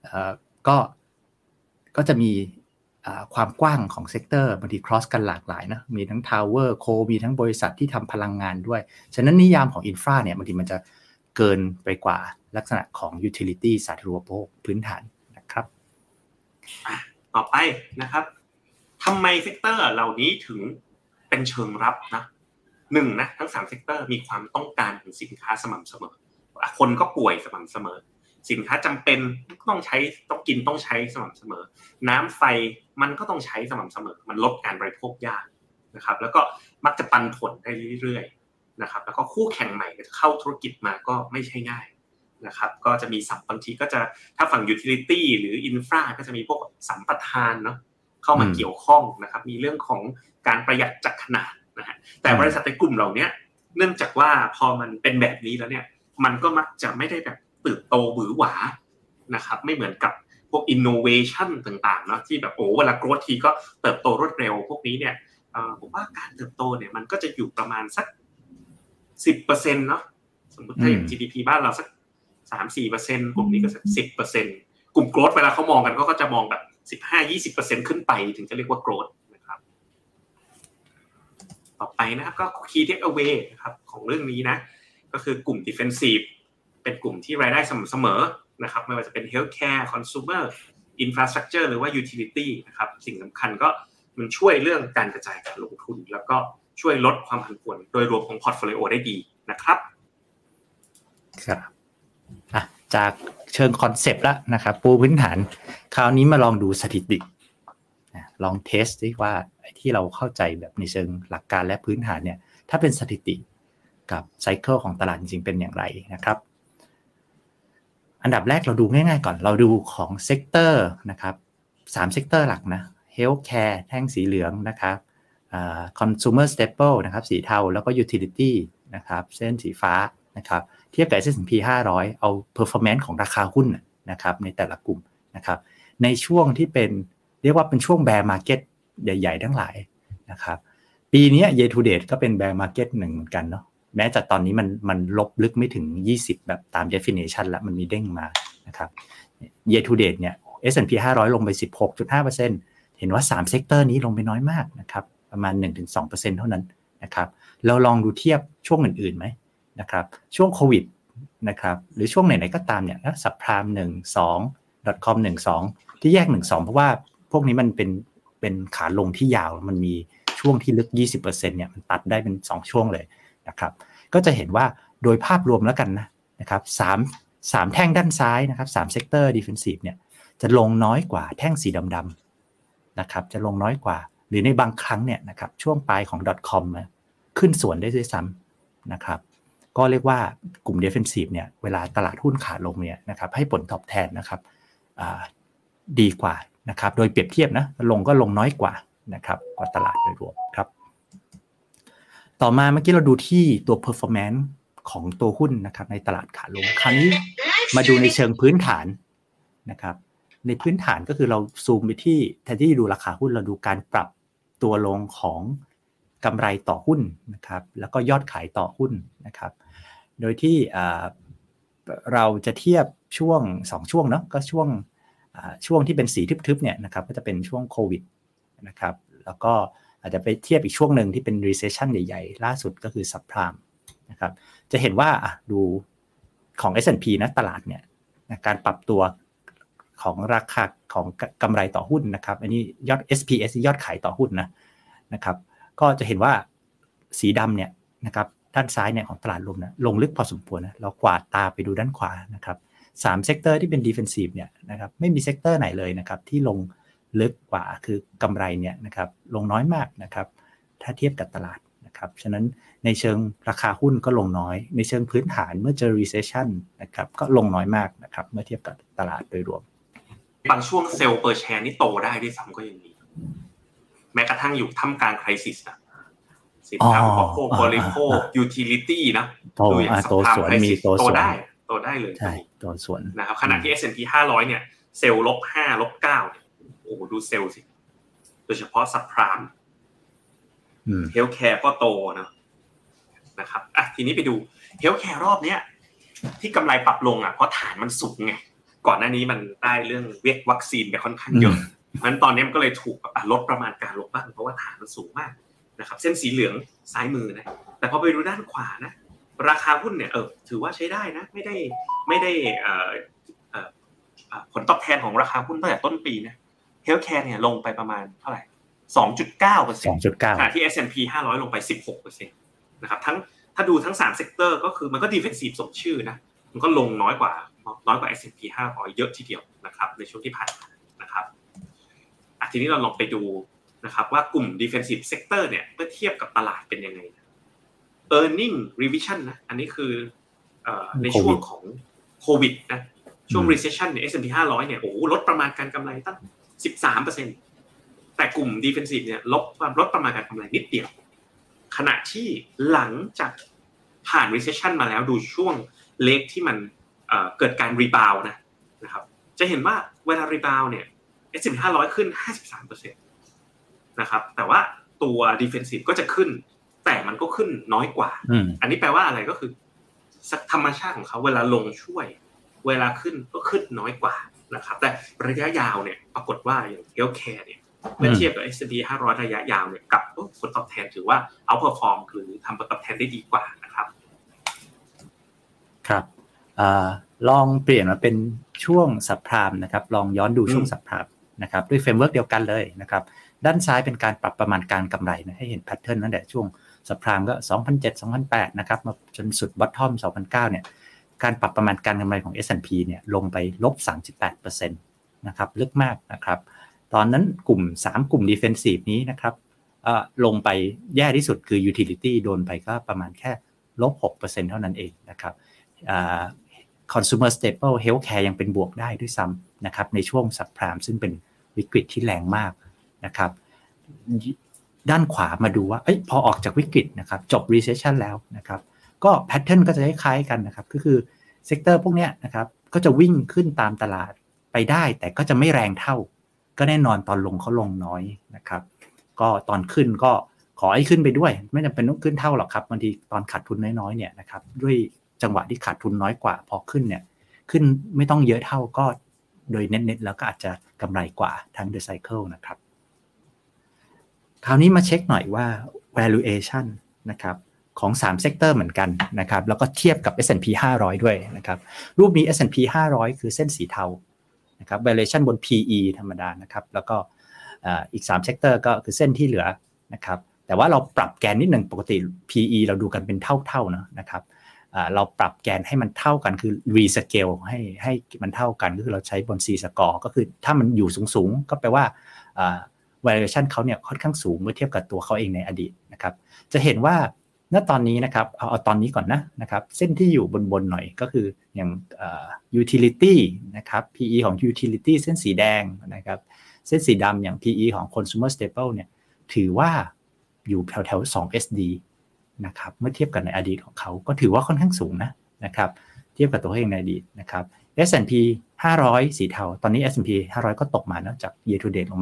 ก็จะมีความกว้างของเซกเตอร์บางที cross กันหลากหลายนะมีทั้ง tower co มีทั้งบริษัทที่ทำพลังงานด้วยฉะนั้นนิยามของ infra เนี่ยบางทีมันจะเกินไปกว่าลักษณะของ utility สาธารณูปโภคพื้นฐานนะครับต่อไปนะครับทำไมเซกเตอร์เหล่านี้ถึงเป็นเชิงรับนะ1นะทั้ง3เซกเตอร์มีความต้องการของสินค้าสม่ำเสมอคนก็ป่วยสม่ำเสมอสินค้าจำเป็นต้องใช้ต้องกินต้องใช้สม่ำเสมอน้ำไฟมันก็ต้องใช้สม่ำเสมอมันลดการบริโภคยากนะครับแล้วก็มักจะปันผลได้เรื่อยๆนะครับแล้วก็คู่แข่งใหม่จะเข้าธุรกิจมาก็ไม่ใช่ง่ายนะครับก็จะมีบางทีก็จะถ้าฝั่ง utility หรือ infra ก็จะมีพวกสัมปทานเนาะเข้ามาเกี่ยวข้องนะครับมีเรื่องของการประหยัดจากขนาดนะฮะแต่บริษัทในกลุ่มเหล่านี้เนื่องจากว่าพอมันเป็นแบบนี้แล้วเนี่ยมันก็มักจะไม่ได้แบบเติบโตหวือหวานะครับไม่เหมือนกับพวก innovation ต่างๆเนาะที่แบบเวลา growth ทีก็เติบโตรวดเร็วพวกนี้เนี่ยผมว่าการเติบโตเนี่ยมันก็จะอยู่ประมาณสัก 10% เนาะสมมุติถ้าอย่าง GDP บ้านเราสัก 3-4% กลุ่มนี้ก็สัก 10% กลุ่ม growth เวลาเขามองกันก็จะมองแบบ 15-20% ขึ้นไปถึงจะเรียกว่า growth นะครับต่อไปนะครับก็ key takeaway นะครับของเรื่องนี้นะก็คือกลุ่ม defensive เป็นกลุ่มที่รายได้สม่ำเสมอนะครับไม่ว่าจะเป็น healthcare consumer infrastructure หรือว่า utility นะครับสิ่งสำคัญก็มันช่วยเรื่องการกระจายการลงทุนแล้วก็ช่วยลดความผันผวนโดยรวมของ portfolio ได้ดีนะครับครับจากเชิงคอนเซปต์แล้วนะครับปูพื้นฐานคราวนี้มาลองดูสถิติลองเทสดิว่าที่เราเข้าใจแบบในเชิงหลักการและพื้นฐานเนี่ยถ้าเป็นสถิติกับไซเคิลของตลาดจริงๆเป็นอย่างไรนะครับอันดับแรกเราดูง่ายๆก่อนเราดูของเซกเตอร์นะครับ3เซกเตอร์หลักนะเฮลท์แคร์แท่งสีเหลืองนะครับconsumer staple นะครับสีเทาแล้วก็ utility นะครับเส้นสีฟ้านะครับเทียบกับ S&P 500เอา performance ของราคาหุ้นนะครับในแต่ละกลุ่มนะครับในช่วงที่เป็นเรียกว่าเป็นช่วง bear market ใหญ่ๆทั้งหลายนะครับปีนี้ year to date ก็เป็น bear market หนึ่งเหมือนกันเนาะแม้จะตอนนี้มันลบลึกไม่ถึง20แบบตาม definition แล้วมันมีเด้งมานะครับ year to date เนี่ย S&P 500 ลงไป 16.5% เห็นว่า3เซกเตอร์นี้ลงไปน้อยมากนะครับประมาณ 1-2% เท่านั้นนะครับเราลองดูเทียบช่วงอื่นๆไหมนะครับช่วงโควิดนะครับหรือช่วงไหนๆก็ตามเนี่ยนะซับไพรม์12 .com 12ที่แยก12เพราะว่าพวกนี้มันเป็นขาลงที่ยาวมันมีช่วงที่ลึก 20% เนี่ยมันตัดได้เป็น2ช่วงเลยนะครับก็จะเห็นว่าโดยภาพรวมแล้วกันนะครับ3แท่งด้านซ้ายนะครับ3เซกเตอร์ดิเฟนซีฟเนี่ยจะลงน้อยกว่าแท่งสีดำๆนะครับจะลงน้อยกว่าหรือในบางครั้งเนี่ยนะครับช่วงปลายของ .com ขึ้นสวนได้ด้วยซ้ำนะครับก็เรียกว่ากลุ่ม defensive เนี่ยเวลาตลาดหุ้นขาลงเนี่ยนะครับให้ผลตอบแทนนะครับดีกว่านะครับโดยเปรียบเทียบนะลงก็ลงน้อยกว่านะครับกว่าตลาดโดยรวมครับต่อมาเมื่อกี้เราดูที่ตัว performance ของตัวหุ้นนะครับในตลาดขาลงคราวนี้มาดูในเชิงพื้นฐานนะครับในพื้นฐานก็คือเราซูมไปที่แทนที่จะดูราคาหุ้นเราดูการปรับตัวลงของกำไรต่อหุ้นนะครับแล้วก็ยอดขายต่อหุ้นนะครับโดยที่เราจะเทียบช่วง2ช่วงเนาะก็ช่วงที่เป็นสีทึบๆเนี่ยนะครับก็จะเป็นช่วงโควิดนะครับแล้วก็อาจจะไปเทียบอีกช่วงหนึ่งที่เป็น recession ใหญ่ๆล่าสุดก็คือ subprime นะครับจะเห็นว่าดูของ S&P นะตลาดเนี่ยการปรับตัวของราคาของกำไรต่อหุ้นนะครับอันนี้ยอด SPS ยอดขายต่อหุ้นนะครับก็จะเห็นว่าสีดำเนี่ยนะครับด้านซ้ายเนี่ยของตลาดลงนะลงลึกพอสมควรนะเรากวาดตาไปดูด้านขวานะครับ3เซกเตอร์ที่เป็น defensive เนี่ยนะครับไม่มีเซกเตอร์ไหนเลยนะครับที่ลงลึกกว่าคือกำไรเนี่ยนะครับลงน้อยมากนะครับถ้าเทียบกับตลาดนะครับฉะนั้นในเชิงราคาหุ้นก็ลงน้อยในเชิงพื้นฐานเมื่อเจอ recession นะครับก็ลงน้อยมากนะครับเมื่อเทียบกับตลาดโดยรวมบางช่วงเซลล์เปอร์แชร์นี่โตได้ด้วยซ้ำก็ยังมีแม้กระทั่งอยู่ท่ามกลางไครซิสนะสินค้าอุปโภคบริโภคยูทิลิตี้นะดูอย่างสัมภาษณ์มีโตได้เลยใช่โตส่วนนะครับขณะที่ S&P 500เนี่ยเซลล์-5 -9 เนี่ยโอ้โหดูเซลล์สิโดยเฉพาะซับไพรม์เฮลท์แคร์ก็โตนะครับทีนี้ไปดูเฮลท์แคร์รอบเนี้ยที่กำไรปรับลงเพราะฐานมันสูงไงก่อนหน้านี้มันได้เรื่องเวกวัคซีนไปค่อนข้างเยอะเพราะฉะนั้นตอนนี้มันก็เลยถูกลดประมาณการลงบ้างเพราะว่าฐานมันสูงมากนะครับเส้นสีเหลืองซ้ายมือนะแต่พอไปดูด้านขวานะราคาหุ้นเนี่ยถือว่าใช้ได้นะไม่ได้ผลตอบแทนของราคาหุ้นตั้งแต่ต้นปีนะเฮลท์แคร์เนี่ยลงไปประมาณเท่าไหร่ 2.9% ขณะที่ S&P 500ลงไป 16% นะครับทั้งถ้าดูทั้ง3เซกเตอร์ก็คือมันก็ดิเฟนซีฟสมชื่อนะมันก็ลงน้อยกว่า S&P 500เยอะทีเดียวนะครับในช่วงที่ผ่านมานะครับทีนี้เราลองไปดูนะครับว่ากลุ่ม defensive sector เนี่ยเมื่อเทียบกับตลาดเป็นยังไง earning revision นะอันนี้คือในช่วงของโควิดนะช่วง recession เนี่ย S&P 500เนี่ยโอ้โหลดประมาณการกำไรตั้ง 13% แต่กลุ่ม defensive เนี่ยลดประมาณการกำไรนิดเดียวขณะที่หลังจากผ่าน recession มาแล้วดูช่วงเล็กที่มันเกิดการ rebound นะครับจะเห็นว่าเวลา rebound เนี่ย S&P 500ขึ้น 53% นะครับแต่ว่าตัว defensive ก็จะขึ้นแต่มันก็ขึ้นน้อยกว่าอันนี้แปลว่าอะไรก็คือธรรมชาติของเขาเวลาลงช่วยเวลาขึ้นก็ขึ้นน้อยกว่านะครับแต่ระยะยาวเนี่ยปรากฏว่าอย่าง healthcare เนี่ยเมื่อเทียบกับ S&P 500ระยะยาวเนี่ยกับผลตอบแทนถือว่า outperform หรือทำผลตอบแทนได้ดีกว่านะครับครับลองเปลี่ยนมาเป็นช่วงซับไพรม์นะครับลองย้อนดูช่วงซับไพรม์นะครับด้วยเฟรมเวิร์คเดียวกันเลยนะครับด้านซ้ายเป็นการปรับประมาณการกำไรนะให้เห็นแพทเทิร์นตั้งแต่ช่วงซับไพรม์ก็ 2007-2008 นะครับมาจนสุดบอททอม 2009 เนี่ยการปรับประมาณการกำไรของ S&P เนี่ยลงไปลบ 38% นะครับลึกมากนะครับตอนนั้นกลุ่ม3กลุ่ม defensive นี้นะครับลงไปแย่ที่สุดคือ utility โดนไปก็ประมาณแค่ลบ 6% เท่านั้นเองนะครับconsumer staple healthcare ยังเป็นบวกได้ด้วยซ้ำนะครับในช่วง subprime ซึ่งเป็นวิกฤตที่แรงมากนะครับด้านขวามาดูว่าพอออกจากวิกฤตนะครับจบ recession แล้วนะครับก็แพทเทิร์นก็จะคล้ายๆกันนะครับก็คือเซกเตอร์พวกเนี้ยนะครับก็จะวิ่งขึ้นตามตลาดไปได้แต่ก็จะไม่แรงเท่าก็แน่นอนตอนลงเขาลงน้อยนะครับก็ตอนขึ้นก็ขอให้ขึ้นไปด้วยไม่จำเป็นต้องขึ้นเท่าหรอกครับบางทีตอนขาดทุนน้อยๆเนี่ยนะครับด้วยจังหวะที่ขาดทุนน้อยกว่าพอขึ้นเนี่ยขึ้นไม่ต้องเยอะเท่าก็โดยเน็ตๆแล้วก็อาจจะกำไรกว่าทั้ง the cycle นะครับคราวนี้มาเช็คหน่อยว่า valuation นะครับของ3เซกเตอร์เหมือนกันนะครับแล้วก็เทียบกับ S&P 500 ด้วยนะครับรูปนี้ S&P 500 คือเส้นสีเทานะครับ valuation บน PE ธรรมดานะครับแล้วก็อีก3เซกเตอร์ก็คือเส้นที่เหลือนะครับแต่ว่าเราปรับแกนนิดหนึ่งปกติ PE เราดูกันเป็นเท่าๆนะครับเราปรับแกนให้มันเท่ากันคือ rescale ให้มันเท่ากันก็คือเราใช้บน C score ก็คือถ้ามันอยู่สูงๆก็แปลว่าvaluation เขาเนี่ยค่อนข้างสูงเมื่อเทียบกับตัวเขาเองในอดีตนะครับจะเห็นว่าณตอนนี้นะครับเอาตอนนี้ก่อนนะครับเส้นที่อยู่บนหน่อยก็คืออย่างutility นะครับ PE ของ utility เส้นสีแดงนะครับเส้นสีดำอย่าง PE ของ consumer staple เนี่ยถือว่าอยู่แถวๆ2 SD นะครับเมื่อเทียบกับในอดีตของเขาก็ถือว่าค่อนข้างสูงนะครับเทียบกับตัวเองในอดีตนะครับ S&P 500 สีเทาตอนนี้ S&P 500 ก็ตกมานะจาก year to date ลงมา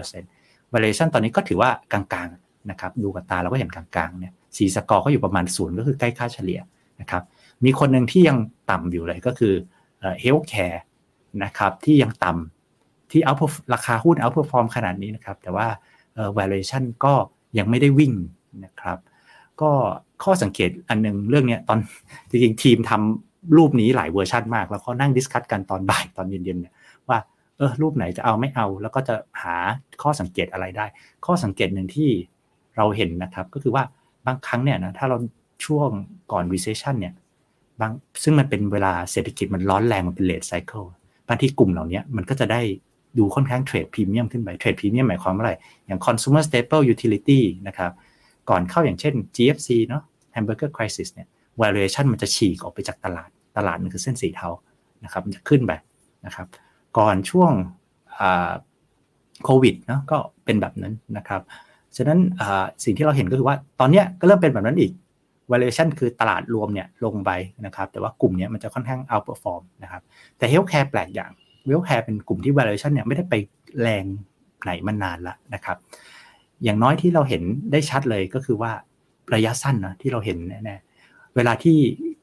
16% valuation ตอนนี้ก็ถือว่ากลางๆนะครับดูกับตาเราก็เห็นกลางๆเนี่ยสีสกอร์ก็อยู่ประมาณ0ก็คือใกล้ค่าเฉลี่ยนะครับมีคนหนึ่งที่ยังต่ำอยู่เลยก็คือhealthcare นะครับที่ยังต่ำที่ราคาหุ้น outperform ขนาดนี้นะครับแต่ว่าvaluation ก็ยังไม่ได้วิ่งนะครับก็ข้อสังเกตอันนึงเรื่องนี้ตอนจริงๆทีมทำรูปนี้หลายเวอร์ชันมากแล้วก็นั่งดิสคัสกันตอนบ่ายตอนเย็นๆเนี่ยว่ารูปไหนจะเอาไม่เอาแล้วก็จะหาข้อสังเกตอะไรได้ข้อสังเกตหนึ่งที่เราเห็นนะครับก็คือว่าบางครั้งเนี่ยนะถ้าเราช่วงก่อน recession เนี่ยซึ่งมันเป็นเวลาเศรษฐกิจมันร้อนแรงมันเป็น late cycle บางที่กลุ่มเหล่านี้มันก็จะได้ดูค่อนข้างเทรดพรีเมียมขึ้นไปเทรดพรีเมียมหมายความว่าอะไรอย่าง consumer staple utility นะครับก่อนเข้าอย่างเช่น GFC เนาะ hamburger crisis เนี่ย valuation มันจะฉีกออกไปจากตลาดมันคือเส้นสีเทานะครับมันจะขึ้นไปนะครับก่อนช่วงโควิดเนาะก็เป็นแบบนั้นนะครับฉะนั้นสิ่งที่เราเห็นก็คือว่าตอนนี้ก็เริ่มเป็นแบบนั้นอีก valuation คือตลาดรวมเนี่ยลงไปนะครับแต่ว่ากลุ่มนี้มันจะค่อนข้าง outperform นะครับแต่ healthcare แปลกอย่าง healthcare เป็นกลุ่มที่ valuation เนี่ยไม่ได้ไปแรงไหนมานานแล้วนะครับอย่างน้อยที่เราเห็นได้ชัดเลยก็คือว่าระยะสั้นนะที่เราเห็นแน่ๆเวลาที่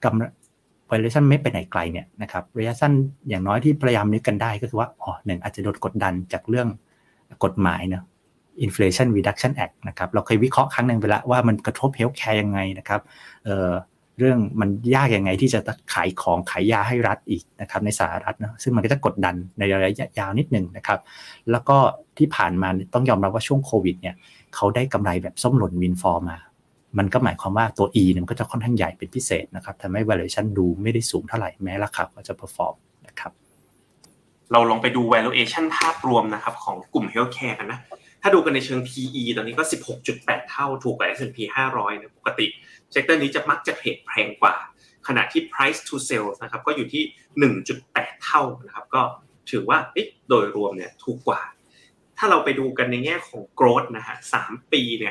valuation ไม่ไปไหนไกลเนี่ยนะครับระยะสั้นอย่างน้อยที่พยายามนึกกันได้ก็คือว่าหนึ่งอาจจะโดนกดดันจากเรื่องกฎหมายเนาะ Inflation Reduction Act นะครับเราเคยวิเคราะห์ครั้งนึงไปแล้วว่ามันกระทบ healthcare ยังไงนะครับเรื่องมันยากยังไงที่จะขายยาให้รัฐอีกนะครับในสหรัฐนะซึ่งมันก็จะกดดันในระยะยาวนิดนึงนะครับแล้วก็ที่ผ่านมาต้องยอมรับว่าช่วงโควิดเนี่ยเขาได้กำไรแบบส้มหล่นวินฟอร์มามันก็หมายความว่าตัว E เนี่ยมันก็จะค่อนข้างใหญ่เป็นพิเศษนะครับทำให้ valuation ดูไม่ได้สูงเท่าไหร่แม้ราคาก็จะ perform นะครับเราลองไปดู valuation ภาพรวมนะครับของกลุ่ม healthcare กันนะถ้าดูกันในเชิง PE ตอนนี้ก็ 16.8 เท่าถูกกว่า S&P 500นะปกติเซกเตอร์นี้จะมักจะเทรดแพงกว่าขณะที่ price to sales นะครับก็อยู่ที่ 1.8 เท่านะครับก็ถือว่าโดยรวมเนี่ยถูกกว่าถ้าเราไปดูกันในแง่ของ growth นะฮะ3ปีเนี่ย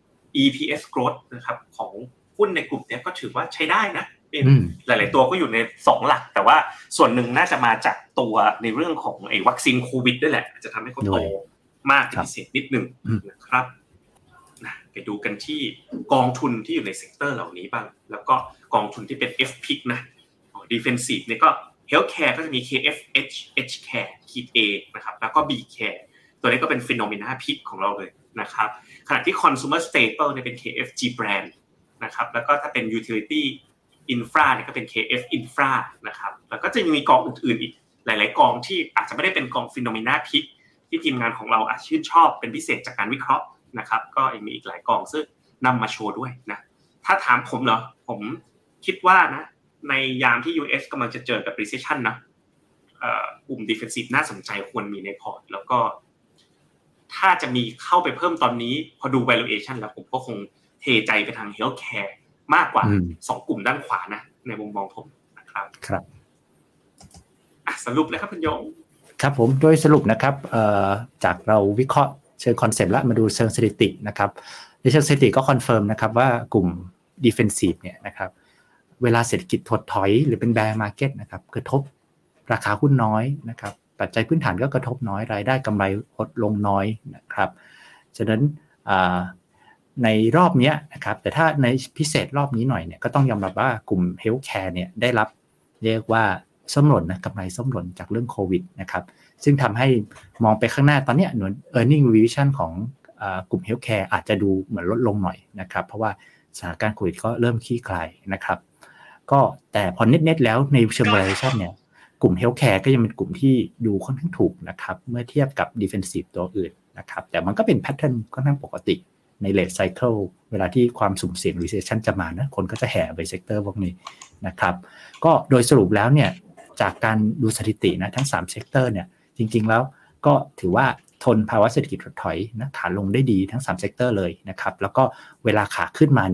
EPS growth นะครับของหุ้นในกลุ่มนี้ก็ถือว่าใช้ได้นะหลายๆตัวก็อยู่ใน2หลักแต่ว่าส่วนหนึ่งน่าจะมาจากตัวในเรื่องของไอ้วัคซีนโควิดด้วยแหละจะทำให้เขาโตมากพิเศษนิดนึงนะครับไปดูกันที่กองทุนที่อยู่ในเซกเตอร์เหล่านี้บ้างแล้วก็กองทุนที่เป็น FPIC นะ Defensive เนี่ยก็ Healthcare ก็จะมี KFH Care A นะครับแล้วก็ B Care ตัวนี้ก็เป็น Phenomena Pick ของเราเลยนะครับขณะที่ Consumer Staple เนี่ยเป็น KFG Brand นะครับแล้วก็ถ้าเป็น Utility Infra เนี่ยก็เป็น KF Infra นะครับแล้วก็จะมีกองอื่นๆอีกหลายๆกองที่อาจจะไม่ได้เป็นกอง Phenomena Pick ที่ทีมงานของเราอาจชื่นชอบเป็นพิเศษจากการวิเคราะห์นะครับก็ยังมีอีกหลายกองซึ่งนำมาโชว์ด้วยนะถ้าถามผมเหรอผมคิดว่านะในยามที่ US กำลังจะเจอกับ recession นะกลุ่ม defensive น่าสนใจควรมีในพอร์ตแล้วก็ถ้าจะมีเข้าไปเพิ่มตอนนี้พอดู valuation แล้วผมก็คงเทใจไปทาง healthcare มากกว่า2กลุ่มด้านขวานะในมุมมองผมนะครับครับสรุปเลยครับคุณยงครับผมโดยสรุปนะครับจากเราวิเคราะห์เชิงคอนเซปต์แล้วมาดูเชิงสถิตินะครับในเชิงสถิติก็คอนเฟิร์มนะครับว่ากลุ่ม defensive เนี่ยนะครับเวลาเศรษฐกิจถดถอยหรือเป็น bear market นะครับกระทบราคาหุ้นน้อยนะครับปัจจัยพื้นฐานก็กระทบน้อยรายได้กำไรลดลงน้อยนะครับฉะนั้นในรอบนี้นะครับแต่ถ้าในพิเศษรอบนี้หน่อยเนี่ยก็ต้องยอมรับว่ากลุ่ม healthcare เนี่ยได้รับเรียกว่าส้มหล่นนะกำไรส้มหล่นจากเรื่องโควิดนะครับซึ่งทำให้มองไปข้างหน้าตอนนี้หน่วย earning revision ของกลุ่ม healthcare อาจจะดูเหมือนลดลงหน่อยนะครับเพราะว่าสถานการณ์โควิดก็เริ่มคลี่คลายนะครับก็แต่พอเน็ตๆแล้วในเชิง valuation เนี่ยกลุ่ม healthcare ก็ยังเป็นกลุ่มที่ดูค่อนข้างถูกนะครับเมื่อเทียบกับ defensive ตัวอื่นนะครับแต่มันก็เป็น pattern ค่อนข้างปกติใน late cycle เวลาที่ความสุ่มเสี่ยง recession จะมานะคนก็จะแห่ไปเซกเตอร์พวกนี้นะครับก็โดยสรุปแล้วเนี่ยจากการดูสถิตินะทั้ง3เซกเตอร์เนี่ยจริงๆแล้วก็ถือว่าทนภาวะเศรษฐกิจถดถอยนะขาลงได้ดีทั้ง3เซกเตอร์เลยนะครับแล้วก็เวลาขาขึ้นมาเนี่ยก็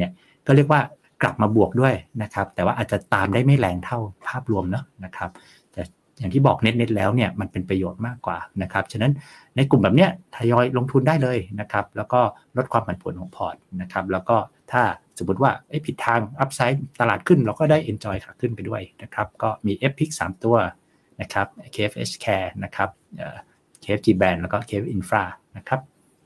ก็เรียกว่ากลับมาบวกด้วยนะครับแต่ว่าอาจจะตามได้ไม่แรงเท่าภาพรวมเนาะนะครับแต่อย่างที่บอกเน็ตแล้วเนี่ยมันเป็นประโยชน์มากกว่านะครับฉะนั้นในกลุ่มแบบเนี้ยทยอยลงทุนได้เลยนะครับแล้วก็ลดความผันผวนของพอร์ตนะครับแล้วก็ถ้าสมมติว่าผิดทางอัพไซด์ตลาดขึ้นเราก็ได้ enjoy ขาขึ้นไปด้วยนะครับก็มี FPIC 3 ตัวนะครับ KFH Care นะครับKFG Brand แล้วก็ KF Infra นะครับ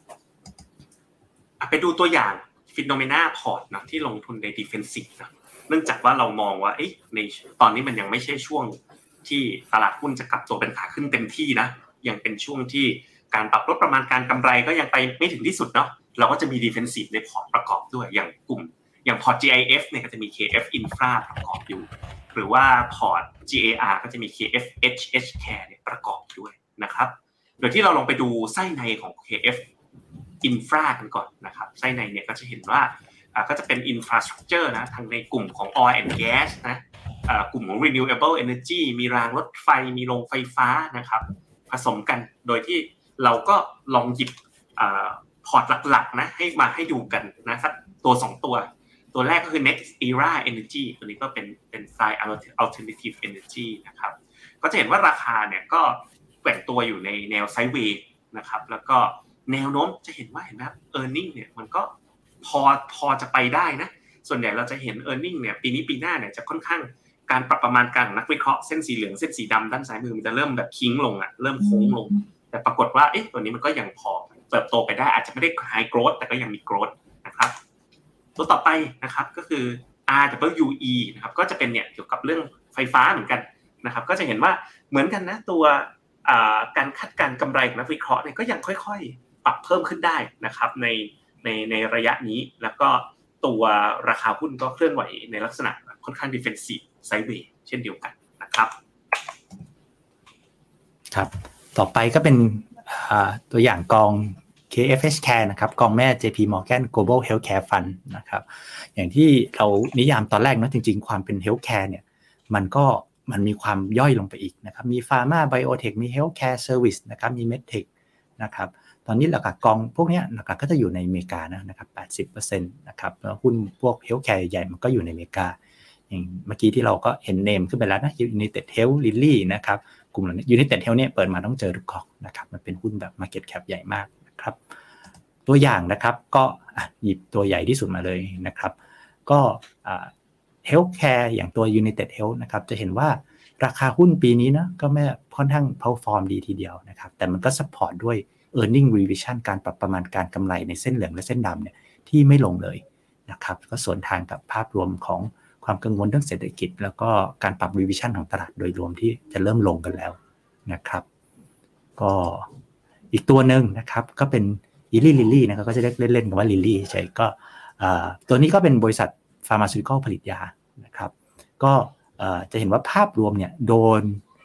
ไปดูตัวอย่าง Phenomena Port นะที่ลงทุนใน Defensive นะเนื่องจากว่าเรามองว่าในตอนนี้มันยังไม่ใช่ช่วงที่ตลาดหุ้นจะกลับตัวเป็นขาขึ้นเต็มที่นะยังเป็นช่วงที่การปรับลดประมาณการกำไรก็ยังไปไม่ถึงที่สุดเนาะเราก็จะมี Defensive ในพอร์ตประกอบด้วยอย่างกลุ่มอย่างพอร์ต GIF เนี่ยก็จะมี KF Infra ประกอบอยู่หรือว่าพอร์ต GAR ก็จะมี KFH Care เนี่ยประกอบด้วยนะครับโดยที่เราลองไปดูไส้ในของ KF Infra กันก่อนนะครับไส้ในเนี่ยก็จะเห็นว่าก็จะเป็น Infrastructure นะทางในกลุ่มของ Oil and Gas นะกลุ่มของ Renewable Energy มีรางรถไฟมีโรงไฟฟ้านะครับผสมกันโดยที่เราก็ลองหยิบพอร์ตหลักๆนะให้ดูกันนะสักตัว2ตัวแรกก็คือ Next Era Energy ตัวนี้ก็เป็นสาย Alternative Energy นะครับก็จะเห็นว่าราคาเนี่ยก็แกว่งตัวอยู่ในแนวไซด์เวย์นะครับแล้วก็แนวโน้มจะเห็นไหมครับ earning เนี่ยมันก็พอจะไปได้นะส่วนใหญ่เราจะเห็น earning เนี่ยปีหน้าเนี่ยจะค่อนข้างการปรับประมาณการของนักวิเคราะห์เส้นสีเหลืองเส้นสีดำด้านซ้ายมือมันจะเริ่มแบบคิ้งลงเริ่มโค้งลงแต่ปรากฏว่าตัวนี้มันก็ยังพอเติบโตไปได้อาจจะไม่ได้ high growth แต่ก็ยังมี growth นะครับตัวต่อไปนะครับก็คือ RWE นะครับก็จะเป็นเนี่ยเกี่ยวกับเรื่องไฟฟ้าเหมือนกันนะครับก็จะเห็นว่าเหมือนกันนะตัวการคาดการณ์กำไรของนักวิเคราะห์เนี่ยก็ยังค่อยๆปรับเพิ่มขึ้นได้นะครับในระยะนี้แล้วก็ตัวราคาหุ้นก็เคลื่อนไหวในลักษณะค่อนข้าง defensive sideways เช่นเดียวกันนะครับครับต่อไปก็เป็นตัวอย่างกอง KFH Care นะครับกองแม่ JP Morgan Global Healthcare Fund นะครับอย่างที่เรานิยามตอนแรกนะจริงๆความเป็น Healthcare เนี่ยมันมีความย่อยลงไปอีกนะครับมี Pharma Biotech มี Healthcare Service นะครับมี Medtech นะครับตอนนี้หลักๆกองพวกนี้หลักๆก็จะอยู่ในอเมริกานะครับ 80% นะครับแล้วหุ้นพวก Healthcare ใหญ่มันก็อยู่ในอเมริกาอย่างเมื่อกี้ที่เราก็เห็นเนมขึ้นไปแล้วนะ United Health Lilly นะครับกลุ่มเหล่านี้ United Health เนี่ยเปิดมาต้องเจอทุกกองนะครับมันเป็นหุ้นแบบ Market Cap ใหญ่มากนะครับตัวอย่างนะครับก็หยิบตัวใหญ่ที่สุดมาเลยนะครับก็Healthcare อย่างตัว United Health นะครับจะเห็นว่าราคาหุ้นปีนี้นะก็ไม่ค่อนข้าง perform ดีทีเดียวนะครับแต่มันก็ support ด้วย earning revision การปรับประมาณการกำไรในเส้นเหลืองและเส้นดำเนี่ยที่ไม่ลงเลยนะครับก็สวนทางกับภาพรวมของความกังวลเรื่องเศรษฐกิจแล้วก็การปรับ revision ของตลาดโดยรวมที่จะเริ่มลงกันแล้วนะครับก็อีกตัวนึงนะครับก็เป็น Eli Lilly นะครับก็จะเรียกเล่นๆกันว่า Lilly ใช่ก็ตัวนี้ก็เป็นบริษัท pharmaceutical ผลิตยานะครับก็จะเห็นว่าภาพรวมเนี่ยโดน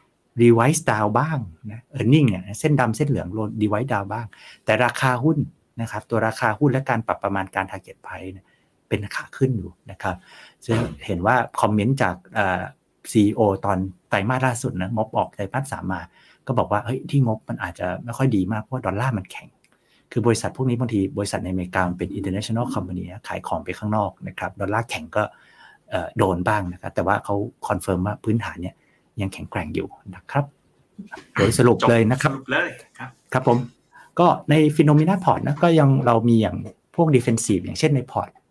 revise down บ้างนะ earning เนี่ยเส้นดำเส้นเหลืองโดน revise down บ้างแต่ราคาหุ้นนะครับตัวราคาหุ้นและการปรับประมาณการ target price เนี่ยเป็นขาขึ้นอยู่นะครับซึ่งเห็นว่าคอมเมนต์จากCEO ตอนไตรมาสล่าสุดนะงบออกไตรมาส3มาก็บอกว่าเฮ้ยที่งบมันอาจจะไม่ค่อยดีมากเพราะว่าดอลลาร์มันแข็งคือบริษัทพวกนี้บางทีบริษัทในอเมริกาเป็น international company ขายของไปข้างนอกนะครับดอลลาร์แข็งก็โดนบ้างนะครับแต่ว่าเขาคอนเฟิร์มว่าพื้นฐานเนี่ยยังแข็งแกร่งอยู่นะครับโดยสรุปเลยนะครับครับผมก็ใน Phenomena Port นะก็ยังเรามีอย่างพวก defensive อย่างเช่นในพอร์ต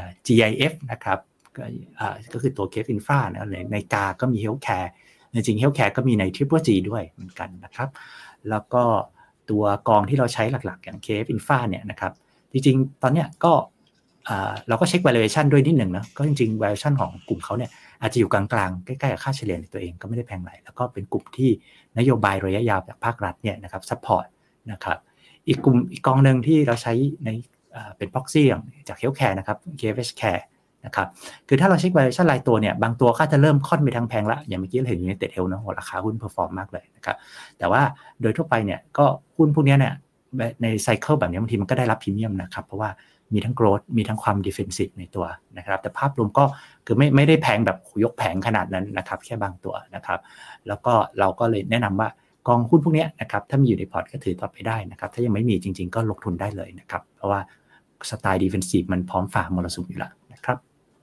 GIF นะครับก็คือตัว KF Infra นะในกาก็มี Healthcare จริงๆ Healthcare ก็มีใน Triple G ด้วยเหมือนกันนะครับแล้วก็ตัวกองที่เราใช้หลักๆอย่าง KF Infra เนี่ยนะครับจริงๆตอนเนี้ยก็เราก็เช็ค valuation ด้วยนิดหนึ่งนะก็จริงๆ valuation ของกลุ่มเขาเนี่ยอาจจะอยู่กลางๆใกล้ๆกับค่าเฉลี่ยในตัวเองก็ไม่ได้แพงไหนแล้วก็เป็นกลุ่มที่นโยบายระยะยาวจากภาครัฐเนี่ยนะครับ support นะครับอีกกองนึงที่เราใช้ในเป็น proxy จาก Healthcare นะครับ KFH Care นะครับคือถ้าเราเช็ค valuation รายตัวเนี่ยบางตัวก็จะเริ่มค่อนไปทางแพงละอย่างเมื่อกี้เราเห็น United Health นะราคาหุ้น perform มากเลยนะครับแต่ว่าโดยทั่วไปเนี่ยก็หุ้นพวกนี้เนี่ยในไซเคิลแบบนี้บางทีมันก็ได้รับพรีเมียมนะครับเพราะว่ามีทั้ง growth มีทั้งความ defensive ในตัวนะครับแต่ภาพรวมก็คือไม่ได้แพงแบบยกแผงขนาดนั้นนะครับแค่บางตัวนะครับแล้วก็เราก็เลยแนะนำว่ากองหุ้นพวกนี้นะครับถ้ามีอยู่ในพอร์ตก็ถือต่อไปได้นะครับถ้ายังไม่มีจริงๆก็ลงทุนได้เลยนะครับเพราะว่าสไตล์ defensive มันพร้อมฝ่ามรสุมอยู่แล้วนะครับ